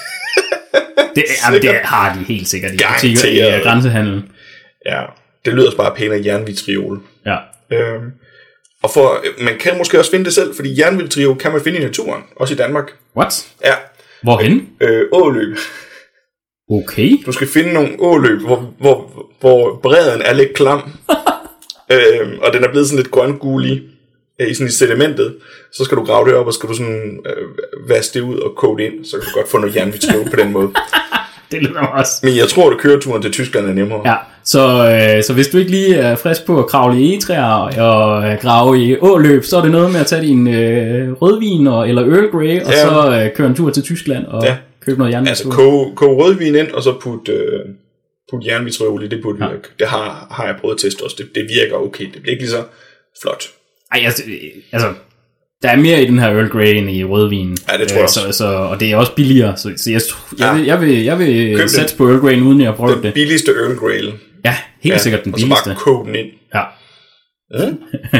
det, jamen, det har de helt sikkert i butikker i Garanteret. uh, grænsehandlen. ja, det lyder også bare pænere jernvitriol. Ja. Øhm, og for, man kan måske også finde det selv, fordi jernvitriol kan man finde i naturen, også i Danmark. What? Ja, Hvorhen? øh, åløb. Okay. Du skal finde nogle åløb, hvor, hvor, hvor bredden er lidt klam, øhm, og den er blevet sådan lidt grøngulig øh, i sådan i sedimentet. Så skal du grave det op, og skal du sådan øh, vaske det ud og koge det ind, så kan du godt få noget jernvitriol på den måde. Det lyder også. Men jeg tror, at køreturen til Tyskland er nemmere. Ja, så, øh, så hvis du ikke lige er frisk på at kravle i egetræer og øh, grave i åløb, så er det noget med at tage din øh, rødvin og, eller Earl Grey, og Ja. så øh, køre en tur til Tyskland og Ja. købe noget jernvitriol. Altså koge, koge rødvin ind, og så putte øh, put jernvitriol i, det burde Ja. virke. Det har, har jeg prøvet at teste også. Det, det virker okay. Det bliver ikke lige så flot. Ej, altså, øh, altså, der er mere i den her Earl Grey end i rødvin. Ja, det tror jeg så, også. så, og det er også billigere, så, så jeg, jeg, Ja. vil, jeg vil, jeg vil Køb satse på Earl Grey, uden jeg har prøvet Den det. billigste Earl Grey. Ja, helt sikkert den og så billigste. bare koge den ind. Ja. Mm.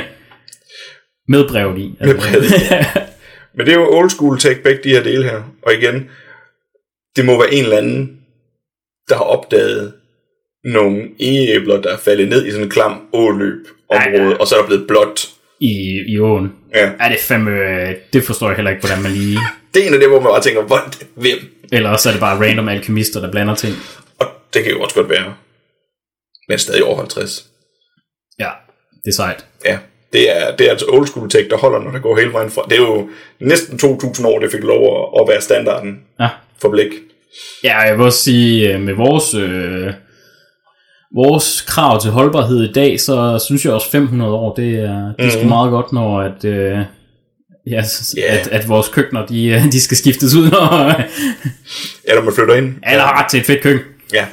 Med brevet i. Med brevet i. Men det er jo old school tech, begge de her dele her. Og igen, det må være en eller anden, der har opdaget nogle e-æbler, der er faldet ned i sådan en klam åløb område, Ja, ja. og så er der blevet blåt. I, i åen. Ja. Er det fandme, det forstår jeg heller ikke, hvordan man lige... Det er en af det, hvor man bare tænker, hvor, hvem? Eller også er det bare random alkemister, der blander ting. Og det kan jo også godt være. Men stadig over halvtreds. Ja, det er sejt. Ja, det er, det er altså old school tech, der holder, når det går hele vejen fra. Det er jo næsten to tusind år, det fik lov at, at være standarden Ja. for blik. Ja, jeg vil også sige, med vores, øh, vores krav til holdbarhed i dag, så synes jeg også fem hundrede år, det er, det er sgu Mhm. meget godt, når at, øh, ja, s- Ja. at, at vores køkkener, de, øh, de skal skiftes ud, når Ja, når man flytter ind. alle har ret til et fedt køkken. Ja.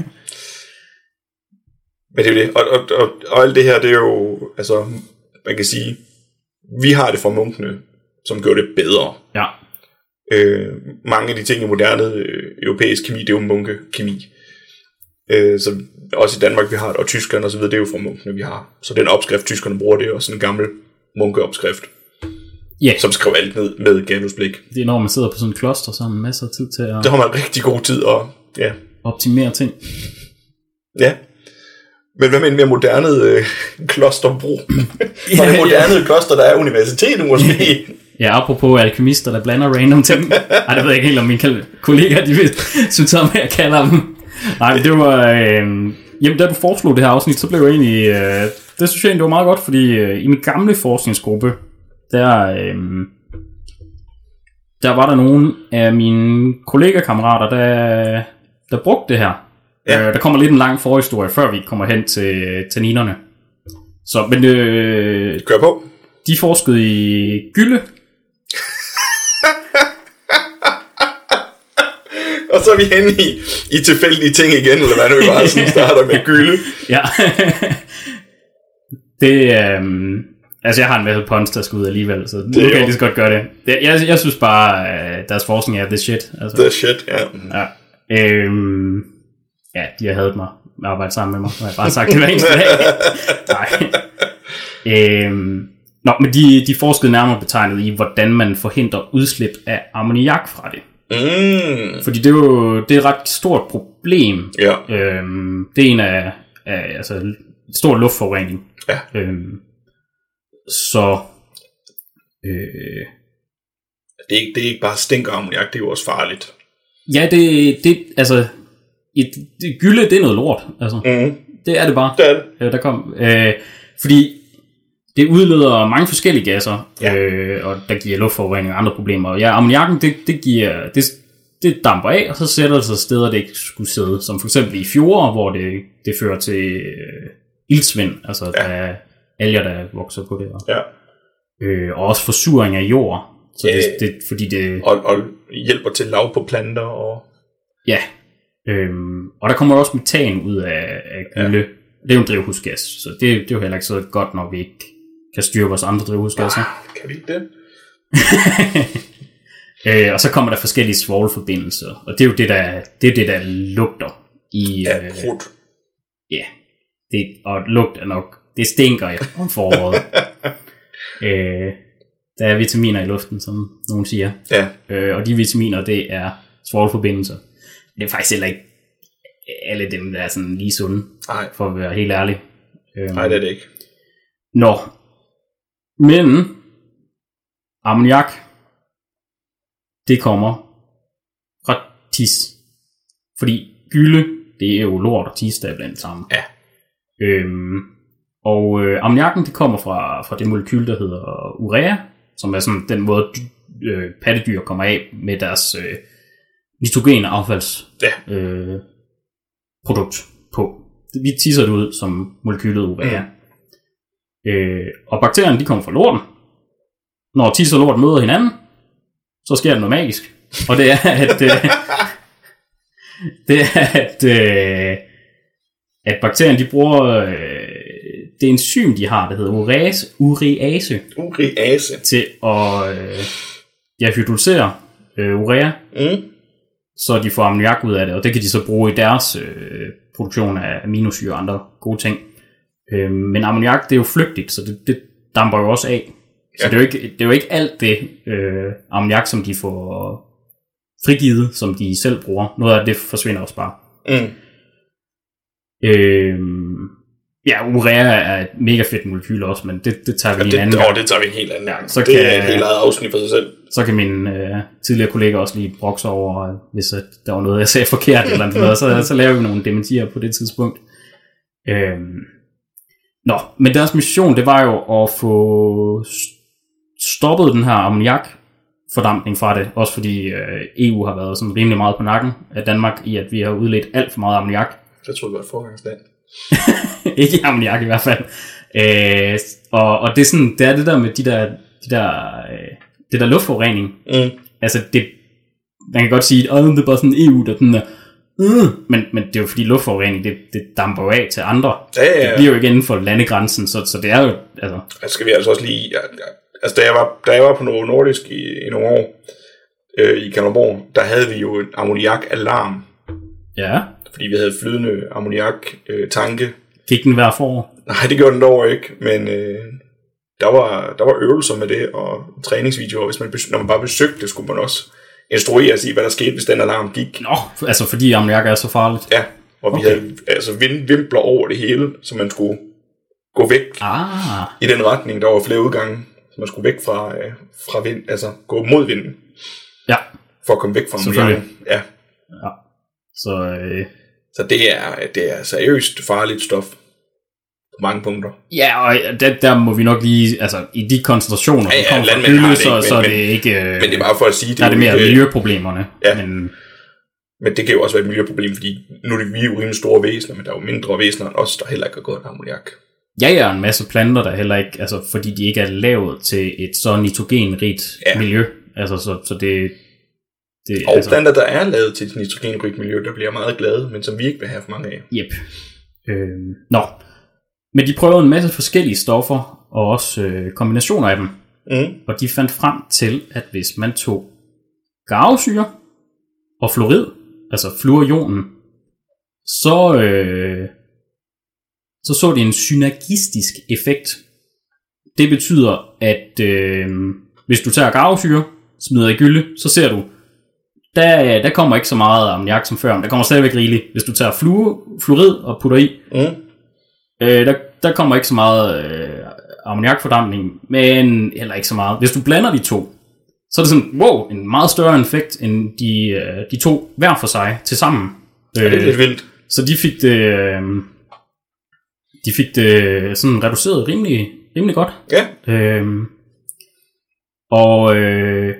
Men det er jo det. Og, og, og, og alt det her, det er jo, altså, man kan sige, vi har det fra munkene, som gør det bedre. Ja, Øh, mange af de ting i moderne øh, europæisk kemi, det er jo munkekemi. Øh, så også i Danmark, vi har det, og Tyskland og så videre, det er jo fra munkene, vi har. Så den opskrift, tyskerne bruger, det er også en gammel munkeopskrift, yeah. som skrev alt ned med Janusblik. Det er når man sidder på sådan en kloster, så har man masser af tid til at Der har man rigtig god tid, og ja, optimere ting. ja. Men hvad med en mere moderne øh, klosterbrug? For det moderne kloster, der er universitetet måske. Ja, apropos alkemister, der blander random ting. Ej, det ved jeg ikke helt, om mine kollegaer, de vil synes om, jeg kalder dem. Nej, det var... Øh, jamen, da du foreslog det her afsnit, så blev jeg egentlig... Øh, det synes jeg egentlig var meget godt, fordi øh, i min gamle forskningsgruppe, der... Øh, der var der nogle af mine kollegakammerater, der, der brugte det her. Ja. Øh, der kommer lidt en lang forhistorie, før vi kommer hen til tanninerne. Så, men øh, Kør på. de forskede i gylde. Og så er vi henne i, i tilfældige ting igen, eller hvad nu vi bare sådan starter med gylde. Ja. det, øhm, altså jeg har en masse punch, der skal ud alligevel, så nu kan jeg lige så godt gøre det. det jeg, jeg synes bare, at deres forskning er the shit. Altså. The shit, ja. Ja. Øhm, ja, de har hadet mig at arbejde sammen med mig. Jeg har bare sagt det hver eneste dag. Nej. Øhm, nå, men de, de forskede nærmere betegnet i, hvordan man forhindrer udslip af ammoniak fra det. Mm. Fordi det er jo det er et ret stort problem. Ja. Øhm, det er en af, af altså, en stor luftforurening. Ja. Øhm, så øh, Det, er ikke, det er ikke bare stinker ammoniak, det er jo også farligt. ja, det, det altså et, det, gylde, det er noget lort. Altså, Mm. det er det bare. Det er det. Øh, der kom, øh, fordi det udleder mange forskellige gasser, Ja. øh, og der giver luftforurening og andre problemer. Og ja, ammoniakken, det, det giver, det, det damper af, og så sætter det sig steder, det ikke skulle sidde. Som for eksempel i fjorde, hvor det, det fører til øh, iltsvind. Altså, Ja. der, alger, der vokser på det. Og, ja. øh, og også forsuring af jord. Så ja, det, det, fordi det, og, og hjælper til lav på planter. Og... Ja, øhm, og der kommer også metan ud af, af gylde. Ja. Det er jo en drivhusgas, så det, det er jo heller ikke så godt, når vi ikke kan styre vores andre drivhusgasser. Ah, kan vi ikke det? øh, og så kommer der forskellige svovlforbindelser, og det er jo det, der, det, er det, der lugter i... Ja, øh, prut. Ja, det, og lugt er nok... Det stinker om foråret. øh, der er vitaminer i luften, som nogen siger. Ja. Øh, og de vitaminer, det er svovlforbindelser. Det er faktisk heller ikke alle dem, der er sådan lige sunde, Nej. for at være helt ærlig. Øhm, Nej, det er det ikke. Nå. Men ammoniak, det kommer ret tis. Fordi gylde, det er jo lort og tis, der er blandt sammen. Ja. Øhm, og øh, ammoniakken, det kommer fra, fra det molekyl, der hedder urea, som er sådan den måde, øh, pattedyr kommer af med deres øh, nitrogen affalds ja. øh, produkt på. Vi tisser det ud som molekylet urea. Mm. Øh, og bakterierne, de kommer fra lorten. Når tis og lort møder hinanden, så sker der noget magisk. Og det er, at øh, det er, at, øh, at bakterierne, de bruger øh, det enzym, de har, der hedder urease, urease, urease. til at øh, ja, hydrolysere øh, urea, mm. så de får ammoniak ud af det, og det kan de så bruge i deres øh, produktion af aminosyre og andre gode ting. Øh, men ammoniak, det er jo flygtigt, så det, det damper jo også af. Ja. Så det er, jo ikke, det er jo ikke alt det øh, ammoniak, som de får frigivet, som de selv bruger. Noget af det forsvinder også bare. Mm. Øh, ja, urea er et mega fedt molekyl også, men det, det tager vi ja, det, en anden gang. Åh, det tager vi en helt anden gang. Så det kan, er et helt eget afsnit for sig selv. Så kan min øh, tidligere kollega også lige brokse over, hvis at der var noget, jeg sagde forkert eller noget, så, så laver vi nogle dementier på det tidspunkt. Øh, nå, men deres mission, det var jo at få stoppet den her ammoniakfordampning fra det, også fordi øh, E U har været sådan rimelig meget på nakken af Danmark i, at vi har udledt alt for meget ammoniak. Jeg tror det var et forgangsland. Ikke i ammoniak i hvert fald. Øh, og, og det er sådan, det er det der med de der, de der, øh, det der luftforurening. Mm. Altså det, man kan godt sige, at det er bare sådan E U, der den er, øh, men, men det er jo fordi luftforurening, det, det damper jo af til andre. Ja, ja, ja. Det bliver jo ikke inden for landegrænsen, så, så det er jo, altså. Altså skal vi altså også lige, ja, ja, altså da jeg var, da jeg var på Novo Nordisk i, i nogle år, øh, i Kalundborg, der havde vi jo en ammoniak-alarm. Ja. Fordi vi havde flydende ammoniak-tanke. Øh, Gik den hver forår? Nej, det gjorde den dog ikke, men øh, der, var, der var øvelser med det, og træningsvideoer. Hvis man, når man bare besøgte det, skulle man også instrueres i, hvad der skete, hvis den alarm gik. Nå, altså fordi ammoniak er så farligt? Ja, og okay. Vi havde altså vind, vimpler over det hele, så man skulle gå væk ah. i den retning. Der var flere udgange, så man skulle væk fra, øh, fra vind, altså gå mod vinden. Ja. For at komme væk fra ammoniakken. Ja. Ja. Så, øh... så det er, det er seriøst farligt stof på mange punkter. Ja, og der, der må vi nok lige, altså i de koncentrationer, ja, ja, der kommer fra hylde, så, men, så er det ikke... Øh, men det er bare for at sige... Det er det mere ikke, miljøproblemerne. Ja, men, men det kan jo også være et miljøproblem, fordi nu er vi jo rimelig store væsener, men der er jo mindre væsener end os, der heller ikke har gået af ammoniak. Ja, ja, en masse planter, der heller ikke, altså fordi de ikke er lavet til et så nitrogenrigt ja. miljø. Altså, så, så det... Det, og altså, planter, der er lavet til et nitrogenrigt miljø, der bliver meget glade, men som vi ikke vil have for mange af. Jep. Øhm, nå. Men de prøvede en masse forskellige stoffer, og også øh, kombinationer af dem. Mm. Og de fandt frem til, at hvis man tog garvesyre og fluorid, altså fluorionen, så, øh, så så det en synergistisk effekt. Det betyder, at øh, hvis du tager garvesyre, smider i gylde, så ser du, Der, der kommer ikke så meget ammoniak som før, men der kommer stadigvæk rigeligt. Hvis du tager fluor, fluorid og putter i, mm. øh, der, der kommer ikke så meget øh, ammoniakfordampning, men heller ikke så meget. Hvis du blander de to, så er det sådan, wow, en meget større effekt, end de, øh, de to hver for sig til sammen. Ja, det er lidt vildt. Så de fik det, øh, de fik det sådan reduceret rimelig, rimelig godt. Ja. Øh, og... Øh,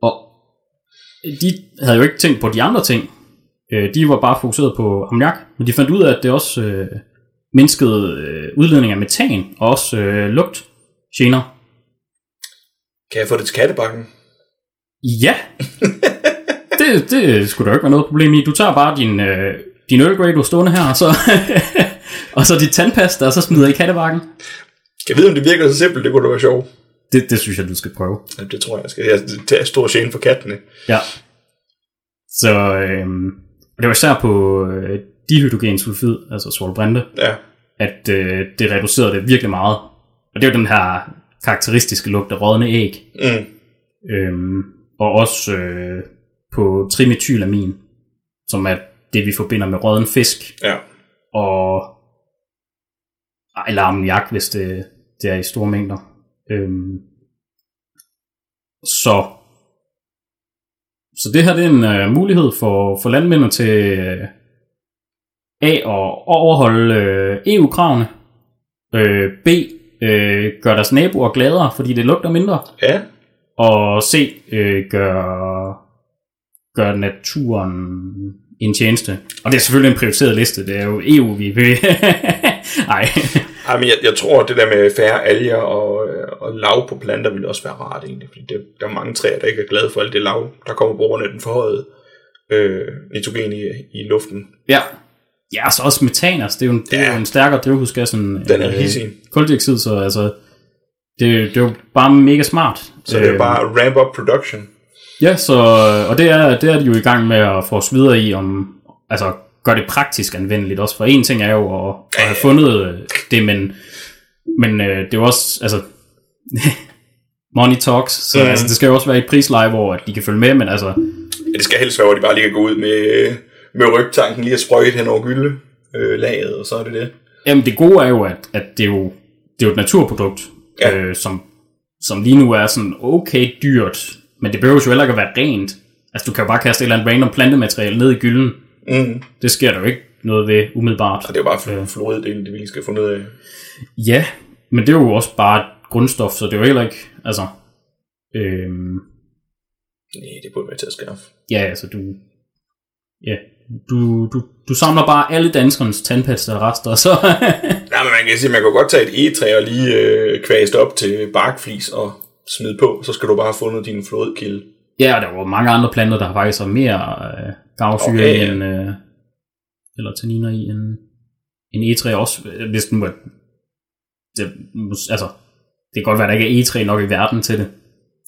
De havde jo ikke tænkt på de andre ting. De var bare fokuseret på ammoniak, men de fandt ud af, at det også øh, mindsket øh, udledning af metan og også øh, lugt gener. Kan jeg få det til kattebakken? Ja, det, det skulle der ikke være noget problem i. Du tager bare din, øh, din Earl Grey, du er stående her, og så, og så dit tandpasta, og så smider i kattebakken. Skal jeg vide, om det virker så simpelt? Det kunne da være sjovt. Det, det synes jeg, du skal prøve. Ja, det tror jeg, jeg skal. Jeg tager stor gene for kattene. Ja. Så øh, det var især på øh, dihydrogensulfid, altså svovlbrinte, ja. at øh, det reducerede det virkelig meget. Og det er jo den her karakteristiske lugt af rådne æg. Mm. Øhm, og også øh, på trimethylamin, som er det, vi forbinder med rådden fisk. Ja. Og eller ammoniak, hvis det, det er i store mængder. Øhm, så så det her det er en øh, mulighed for, for landmændene til øh, A at overholde øh, E U-kravene, øh, B øh, gør deres naboer gladere, fordi det lugter mindre, ja. Og C øh, gør, gør naturen en tjeneste. Og det er selvfølgelig en prioriteret liste, det er jo E U, vi vil. Nej. Ej, men jeg, jeg tror, at det der med færre alger og, og lav på planter vil også være rart egentlig, fordi det, der er mange træer, der ikke er glade for alt det lav, der kommer på grund af den forhøjede øh, nitrogen i, i luften. Ja. Ja, så også metan, altså, det er jo en, det er ja. jo en stærkere drivhusgas end den er hissig. Koldioxid, så altså, det, det er jo bare mega smart. Så det er bare ramp up production. Ja, så, og det er, det er de jo i gang med at få os videre i, om, altså, gør det praktisk anvendeligt også, for en ting er jo at, at have fundet det, men, men øh, det er jo også, altså, money talks, så mm. altså, det skal jo også være et prisleje, hvor at de kan følge med, men altså... Ja, det skal helst være, hvor de bare lige kan gå ud med, med rygtanken, lige at sprøjte hen over gylde øh, laget, og så er det det. Jamen det gode er jo, at, at det, er jo, det er jo et naturprodukt, ja. øh, som, som lige nu er sådan okay dyrt, men det behøver jo heller ikke at være rent. Altså du kan jo bare kaste et eller andet random plantemateriale ned i gylden. Mm. Det sker der jo ikke noget ved umiddelbart. Og det er jo bare fluoriddelen, det vi lige skal få ned af. Ja, men det er jo også bare et grundstof, så det er jo heller ikke, altså... Øhm, Nej, det burde være til at skaffe. Ja, altså du... Ja, du, du, du samler bare alle danskernes tandpasta-rester, og så... Ja, men man kan sige, man kan godt tage et egetræ og lige øh, kvæste op til barkflis og smide på, så skal du bare have fundet din flodkilde. Ja, og der var mange andre planter, der har faktisk har mere øh, gavsyre okay, ja. end... Øh, eller tanniner i end, end egetræ også, hvis den var... Det, altså, det kan godt være, at der ikke er egetræ nok i verden til det.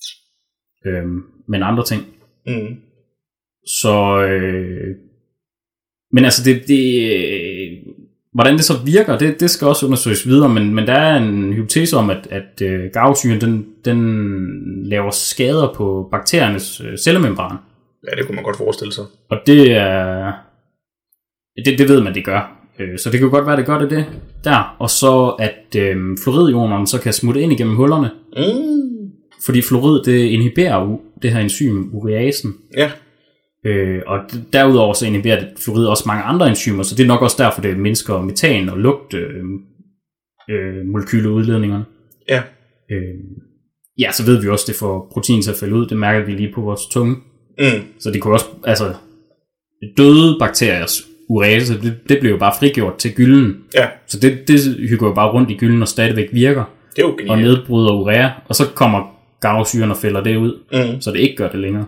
Øhm, men andre ting. Mm. Så... Øh, men altså, det, det, øh, hvordan det så virker, det, det skal også undersøges videre, men, men der er en hypotese om, at, at øh, garvesyren, den, den laver skader på bakteriernes øh, cellemembran. Ja, det kunne man godt forestille sig. Og det er... Det, det ved man, det gør. Øh, så det kan godt være, det gør det, det der. Og så, at øh, fluoridionerne så kan smutte ind igennem hullerne. Mm. Fordi fluorid, det inhiberer det her enzym, ureasen. Ja. Øh, og derudover så inhiberer det fluorid også mange andre enzymer, så det er nok også derfor, det mindsker metan og lugt øh, øh, molekyleudledningerne. Ja. Øh, ja, så ved vi også, det får protein til at falde ud. Det mærker vi lige på vores tunge. Mm. Så det kunne også, altså, døde bakteriers urease, det, det bliver jo bare frigjort til gylden. Ja. Så det, det hygger jo bare rundt i gylden og stadigvæk virker. Det er jo genialt. Og nedbryder urea, og så kommer garvesyren og fælder det ud, mm. så det ikke gør det længere.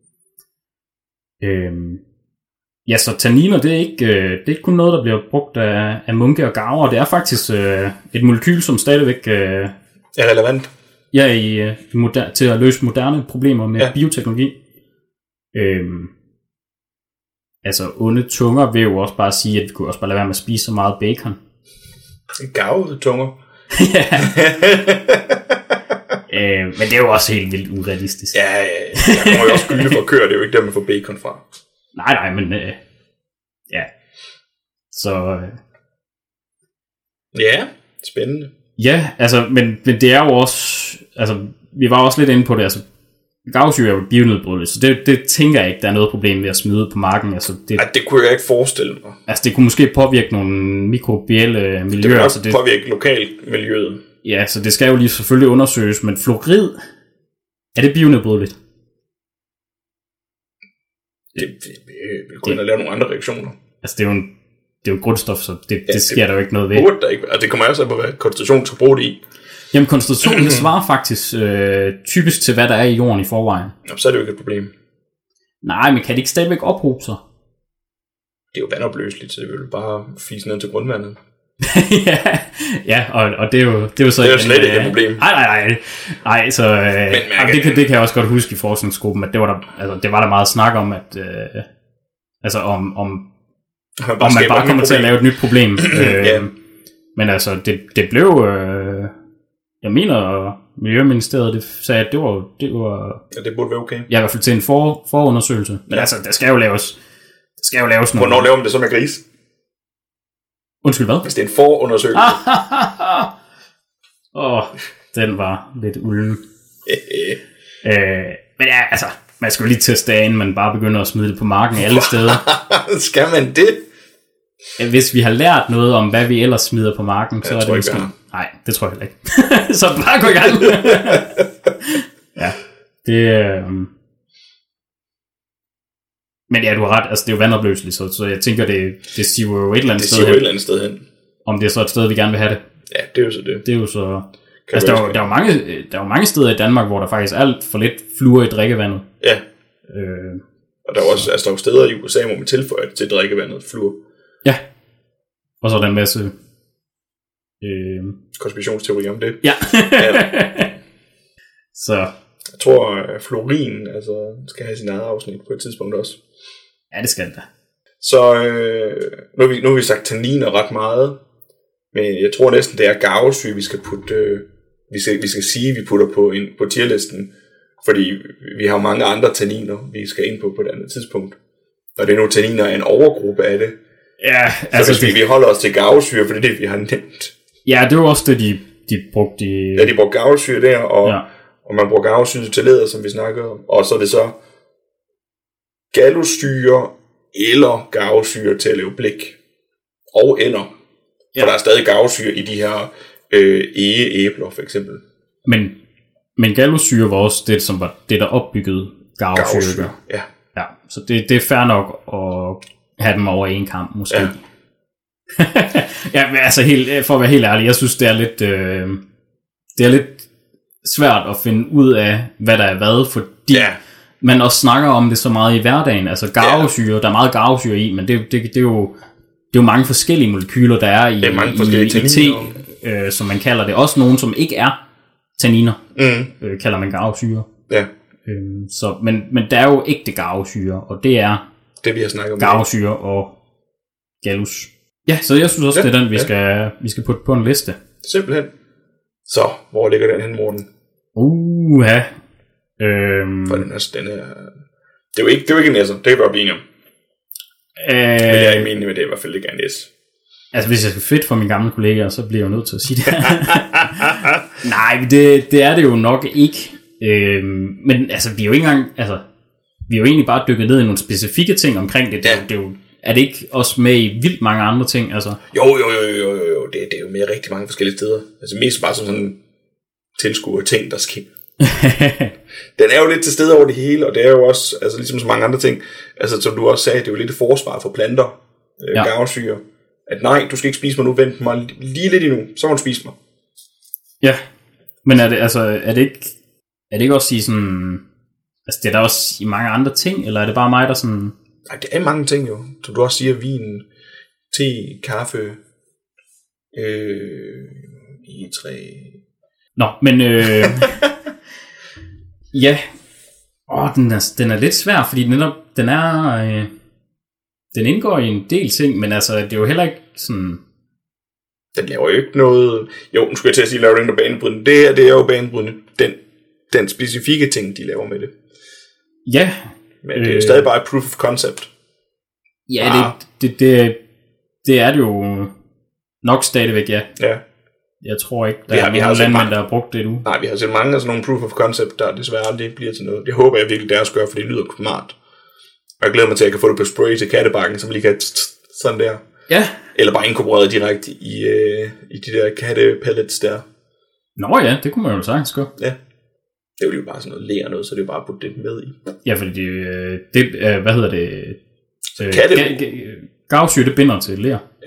Øhm, ja, så tanniner, det er, ikke, øh, det er ikke kun noget, der bliver brugt af, af munke og garver. Det er faktisk øh, et molekyl, som stadigvæk øh, er relevant. Ja, i, i moder- til at løse moderne problemer med ja. bioteknologi. Øhm, altså, onde tunger vil jo også bare sige, at vi kunne også bare lade være med at spise så meget bacon. Garvede tunger. Ja. øh, men det er jo også helt vildt urealistisk. Ja, ja, ja. Jeg kommer jo også gylde for køer, det er jo ikke der, man får bacon fra. Nej, nej, men øh, ja. Så... Øh, ja, spændende. Ja, altså, men, men det er jo også... Altså, vi var også lidt inde på det, altså... Garvesyre er jo bionedbrydeligt, så det, det tænker jeg ikke, der er noget problem ved at smide på marken. Altså, det, Ej, det kunne jeg ikke forestille mig. Altså, det kunne måske påvirke nogle mikrobielle miljøer. Det kunne altså, det, påvirke lokalmiljøet. Ja, så det skal jo lige selvfølgelig undersøges, men fluorid, er det bionedbrydeligt? Det, det, vi går ind og lave nogle andre reaktioner. Altså, det er jo en, det er jo grundstof, så det, ja, det sker det, der jo ikke noget ved. Burde der ikke, og det kommer også på, hvad koncentration skal bruge det i. Jamen, koncentrationen svarer faktisk øh, typisk til, hvad der er i jorden i forvejen. Jamen, så er det jo ikke et problem. Nej, men kan det ikke stadigvæk ophobe sig? Det er jo vandopløseligt, så det vil bare fise ned til grundvandet. ja, ja, og, og det er jo det er jo så det er jo slet ikke et problem. Nej, nej, nej. Nej, så øh, jamen, det, kan, det kan jeg også godt huske i forskningsgruppen, at det var der, altså, det var der meget snak om, at øh, altså om om, man om man bare kommer til at lave et nyt problem. øh, ja. Men altså, det, det blev øh, jeg mener, Miljøministeriet det sagde, at det var det var ja, det burde være okay. Ja, i hvert fald til en for, forundersøgelse. Men ja. altså, der skal jo laves der skal jo laves noget. Hvornår laver man det så med gris? Undskyld, hvad? Hvis det er en forundersøgelse. Åh, oh, den var lidt ulden. øh, men ja, altså, man skal jo lige teste det, inden man bare begynder at smide det på marken alle steder. Skal man det? Hvis vi har lært noget om, hvad vi ellers smider på marken, så jeg er det måske... Ikke, Nej, det tror jeg heller ikke. Så bare gå i gang. ja, det... Øh... Men ja, du har ret, altså det er jo vandopløseligt, så, så jeg tænker, det, det siver jo et eller andet det sted hen. Det siver et eller andet sted hen. Om det er så et sted, vi gerne vil have det. Ja, det er jo så det. Det er jo så... Kan altså, der er, jo, der, er jo mange, der er jo mange steder i Danmark, hvor der faktisk er alt for lidt fluor i drikkevandet. Ja. Øh, og der er også altså, der er jo steder i U S A, hvor man tilføjer til drikkevandet fluor. Ja. Og så er der en masse... Øh... konspirationsteorier om det. Ja. ja. Så... Jeg tror, at fluorin altså, skal have sin eget afsnit på et tidspunkt også. Ja, det skal det da. Så øh, nu, har vi, nu har vi sagt tanniner ret meget, men jeg tror næsten, det er garvesyre, vi skal putte, øh, vi, skal, vi skal sige, at vi putter på, ind, på tierlisten, fordi vi har mange andre tanniner, vi skal ind på på et andet tidspunkt. Og det er nu tanniner er en overgruppe af det. Ja, så altså... hvis vi, vi holder os til garvesyre, for det er det, vi har nemt. Ja, det var også det, de, de brugte i... Ja, de brugte garvesyre der, og... Ja. Og man bruger garvesyre til læder, som vi snakker om. Og så er det så gallosyre eller garvesyre til at lave blik. Og ender. Ja. For der er stadig garvesyre i de her øh, egeæbler, for eksempel. Men, men gallosyre var også det, som var det, der opbyggede garvesyre. Ja. Ja, så det, det er fair nok at have dem over en kamp, måske. Ja. ja, men altså helt, for at være helt ærlig, jeg synes, det er lidt... Øh, det er lidt svært at finde ud af, hvad der er hvad, fordi ja. man også snakker om det så meget i hverdagen. Altså garvesyre, ja. Der er meget garvesyre i, men det, det, det, er jo, det er jo mange forskellige molekyler, der er i, er mange i, i te, øh, som man kalder det. Også nogle, som ikke er tanniner, mm. øh, kalder man garvesyre. Ja. Øh, så, men, men der er jo ægte garvesyre, og det er det, vi har snakket om garvesyre og gallus. Ja, så jeg synes også, ja. det er den, vi, ja. skal, vi skal putte på en liste. Simpelthen. Så, hvor ligger den hen, Morten? Uh, ja. Øhm. For den er, den er... Det er jo ikke, det er jo ikke en næsser. Det kan vi godt blive enige om. Øh. Men jeg er ikke enig med det, i hvert fald ikke en næs. Altså, hvis jeg skal fedt for mine gamle kollegaer, så bliver jeg jo nødt til at sige det. Nej, det, det er det jo nok ikke. Øhm, men altså, vi er jo ikke engang... Altså, vi er jo egentlig bare dykket ned i nogle specifikke ting omkring det. Det, ja. det, er, jo, er det ikke også med i vildt mange andre ting? Altså? Jo, jo, jo, jo, jo, jo. Det, det er jo med rigtig mange forskellige steder. Altså mest bare som sådan tilskuer ting, der sker. Den er jo lidt til stede over det hele, og det er jo også, altså ligesom så mange andre ting, altså som du også sagde, det er jo lidt et forsvar for planter, øh, ja. garvesyre, at nej, du skal ikke spise mig nu, vent mig lige lidt endnu, så må du spise mig. Ja, men er det, altså, er det ikke, er det ikke også i sådan, altså det er der også i mange andre ting, eller er det bare mig, der sådan... Nej, det er mange ting jo, som du også siger, vin, te, kaffe, øh, egetræ... Nå, men øh, ja, åh, den, er, den er lidt svær, fordi den, er, den er, øh, den indgår i en del ting, men altså, det er jo heller ikke sådan... Den laver jo ikke noget, jo, nu skulle jeg til at sige, laver den der banebrydende, det her, det er jo banebrydende, den, den specifikke ting, de laver med det. Ja. Men det er øh, stadig bare et proof of concept. Ja, ah. det, det, det, det er det jo nok stadigvæk, ja. Ja. Jeg tror ikke, der vi har, er vi nogen landmænd, der har brugt det nu. Nej, vi har set mange af sådan nogle proof of concept, der desværre aldrig bliver til noget. Det håber jeg virkelig, deres gør, for det lyder smart. Og jeg glæder mig til, at jeg kan få det på spray til kattebakken, som lige kan sådan der. Ja. Eller bare inkorporeret direkte i, øh, i de der kattepellets der. Nå ja, det kunne man jo sagtens gøre. Ja. Det er jo bare sådan noget ler noget, så det er jo bare at putte det med i. Ja, fordi det, det hvad hedder det? Katte... Garvesyre, det binder til ler.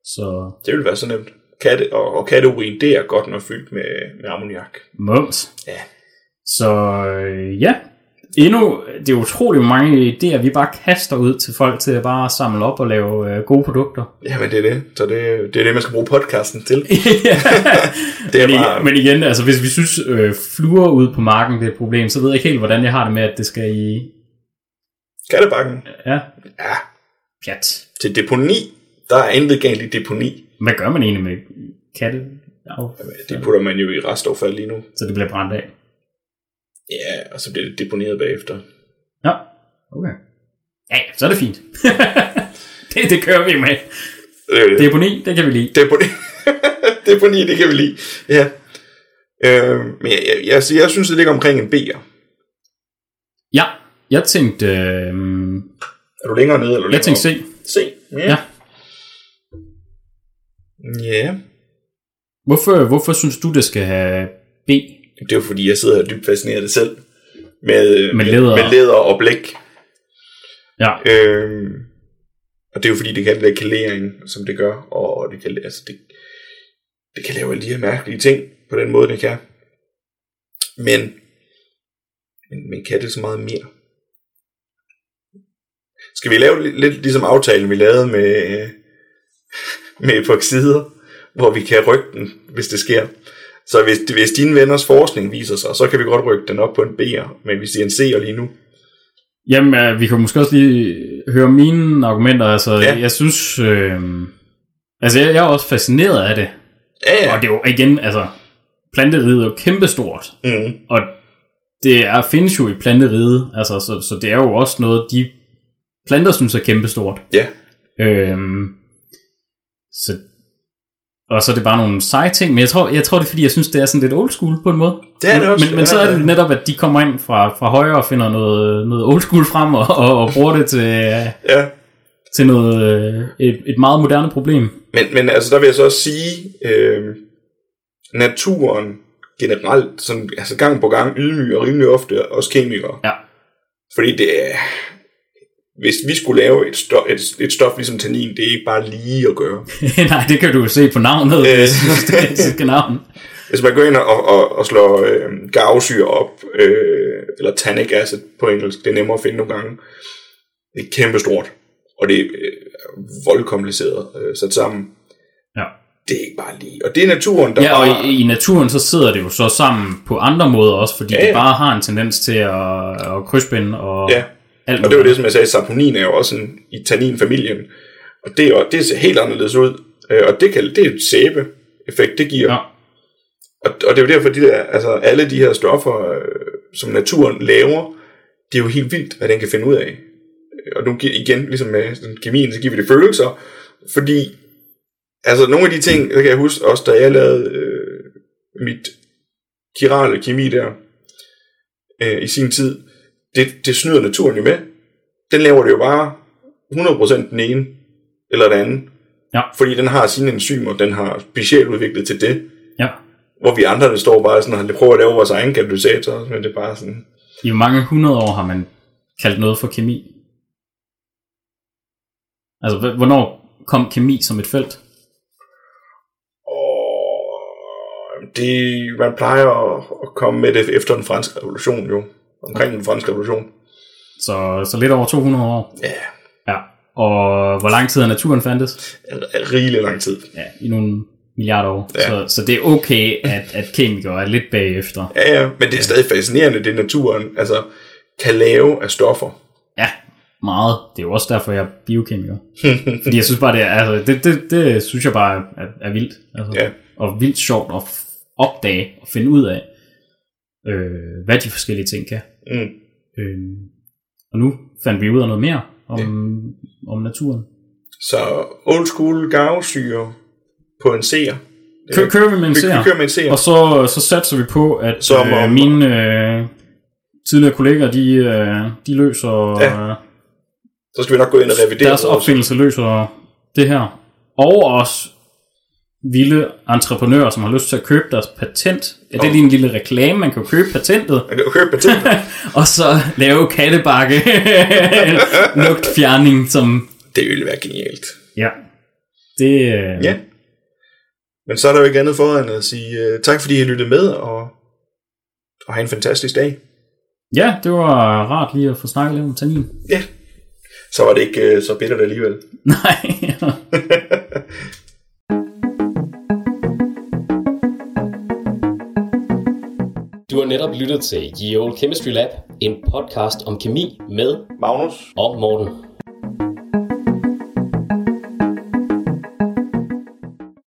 Så det vil være så nemt. Katte, og, og katteurin, det er godt nok fyldt med, med ammoniak. Mums. Ja. Så øh, ja, endnu, det er utroligt mange idéer, vi bare kaster ud til folk til at bare samle op og lave øh, gode produkter. Ja, men det er det. Så det, det er det, man skal bruge podcasten til. Ja. Det er men, bare... men igen, altså hvis vi synes øh, fluer ud på marken det er et problem, så ved jeg ikke helt, hvordan jeg har det med, at det skal i... Kattebakken? Ja. Ja. Pjat. Til deponi, der er intet galt i deponi. Hvad gør man egentlig med katte? Det putter man jo i restaffald lige nu. Så det bliver brændt af? Ja, og så bliver det deponeret bagefter. Ja, okay. Ja, så er det fint. det, det kører vi med. Det er det. Deponi, det kan vi lide. Deponi, deponi det kan vi lide. Ja. Øh, men jeg, jeg, jeg, jeg synes, det ligger omkring en B'er. Ja, jeg tænkte... Øh, er du længere nede? Eller længere jeg tænkte C. C? Ja. Ja. Ja. Hvorfor, hvorfor synes du, det skal have B? Det er jo fordi, jeg sidder her dybt fascineret selv. Med, med, læder. med læder og blæk. Ja. Øhm, og det er jo fordi, det kan lave kalering, som det gør. Og det kan, altså det, det kan lave alle de her mærkelige ting på den måde, det kan. Men, men, men kan det så meget mere? Skal vi lave lidt, lidt ligesom aftalen, vi lavede med, med epoxider, hvor vi kan rykke den, hvis det sker. Så hvis, hvis dine venners forskning viser sig, så kan vi godt rykke den op på en B'er, men vi siger en C'er lige nu. Jamen, vi kan måske også lige høre mine argumenter. Altså, ja. jeg synes... Øh, altså, jeg, jeg er også fascineret af det. Ja, ja. Og det er jo igen, altså... Planteriget er jo kæmpestort. Mm. Og det er, findes jo i planteriget. Altså, så, så det er jo også noget, de planter synes er kæmpestort. Ja. Øhm, så... Og så er det bare nogle seje ting, men jeg tror, jeg tror det er fordi, jeg synes, det er sådan lidt old school på en måde. Det er det også. Men, men så er det netop, at de kommer ind fra, fra højre og finder noget, noget old school frem og, og, og bruger det til, ja. til noget, et, et meget moderne problem. Men, men altså, der vil jeg så også sige, øh, naturen generelt, sådan, altså gang på gang, ydmyger rimelig ofte, også kemikere. Ja. Fordi det er... Hvis vi skulle lave et stof, et, et stof ligesom tannin, det er ikke bare lige at gøre. Nej, det kan du jo se på navnet. det er navn. Hvis man går ind og, og, og slår øh, garvesyre op, øh, eller tannic acid på engelsk, det er nemmere at finde nogle gange. Det er kæmpestort, og det er øh, voldkompliceret øh, sat sammen. Ja. Det er ikke bare lige. Og det er naturen, der ja, bare... og i, i naturen så sidder det jo så sammen på andre måder også, fordi ja, ja. det bare har en tendens til at, at krydsbinde og... Ja. Alt og det var det, som jeg sagde, saponin er jo også en, i tanninfamilien, og det, er, det ser helt anderledes ud, og det, kan, det er et sæbe-effekt, det giver. Ja. Og, og det er jo derfor, de der, altså alle de her stoffer, øh, som naturen laver, det er jo helt vildt, hvad den kan finde ud af. Og nu igen, ligesom med sådan, kemien, så giver vi det følelser, fordi altså nogle af de ting, det kan jeg huske også, da jeg lavede øh, mit kirale kemi der, øh, i sin tid, Det, det snyder naturen jo med. Den laver det jo bare hundrede procent den ene eller den anden. Ja. Fordi den har sine enzymer, den har specielt udviklet til det. Ja. Hvor vi andre, der står bare sådan og prøver at lave vores egen katalysator, men det er bare sådan... I mange hundrede år har man kaldt noget for kemi. Altså, hvornår kom kemi som et felt? Og det, man plejer at, at komme med det efter den franske revolution jo. Omkring den franske revolution. Så, så lidt over to hundrede år? Ja. Ja. Og hvor lang tid har naturen fandtes? Rigelig lang tid. Ja, i nogle milliarder år. Ja. Så, så det er okay, at, at kemikere er lidt bagefter. Ja, ja, men det er stadig fascinerende, det naturen altså, kan lave af stoffer. Ja, meget. Det er jo også derfor, jeg er biokemiker. Fordi jeg synes bare, det er, altså, det, det, det synes jeg bare er, er vildt. Altså, ja. Og vildt sjovt at opdage og finde ud af, øh, hvad de forskellige ting kan. Mm. Øh, og nu fandt vi ud af noget mere om, ja. om naturen. Så old school garvesyre på en C'er. Kø, kører vi med en C'er, kører med en C'er. Og så, så satser vi på, at Som øh, om, mine øh, tidligere kolleger, de, øh, de løser... Ja. Så skal vi nok gå ind og revidere deres opfindelse løser det her. Og også vilde entreprenører, som har lyst til at købe deres patent. Ja, det er lige en lille reklame, man kan købe patentet. Man kan købe patentet. Og så lave kattebakke lugtfjerning, som... Det ville være genialt. Ja. Det, øh... Ja. Men så er der jo ikke andet for end at sige uh, tak, fordi I lyttede med, og, og have en fantastisk dag. Ja, det var rart lige at få snakket lidt om tannin. Ja, så var det ikke uh, så bittert alligevel. Nej. Du har netop lyttet til Ye Olde Chemistry Lab, en podcast om kemi med Magnus og Morten.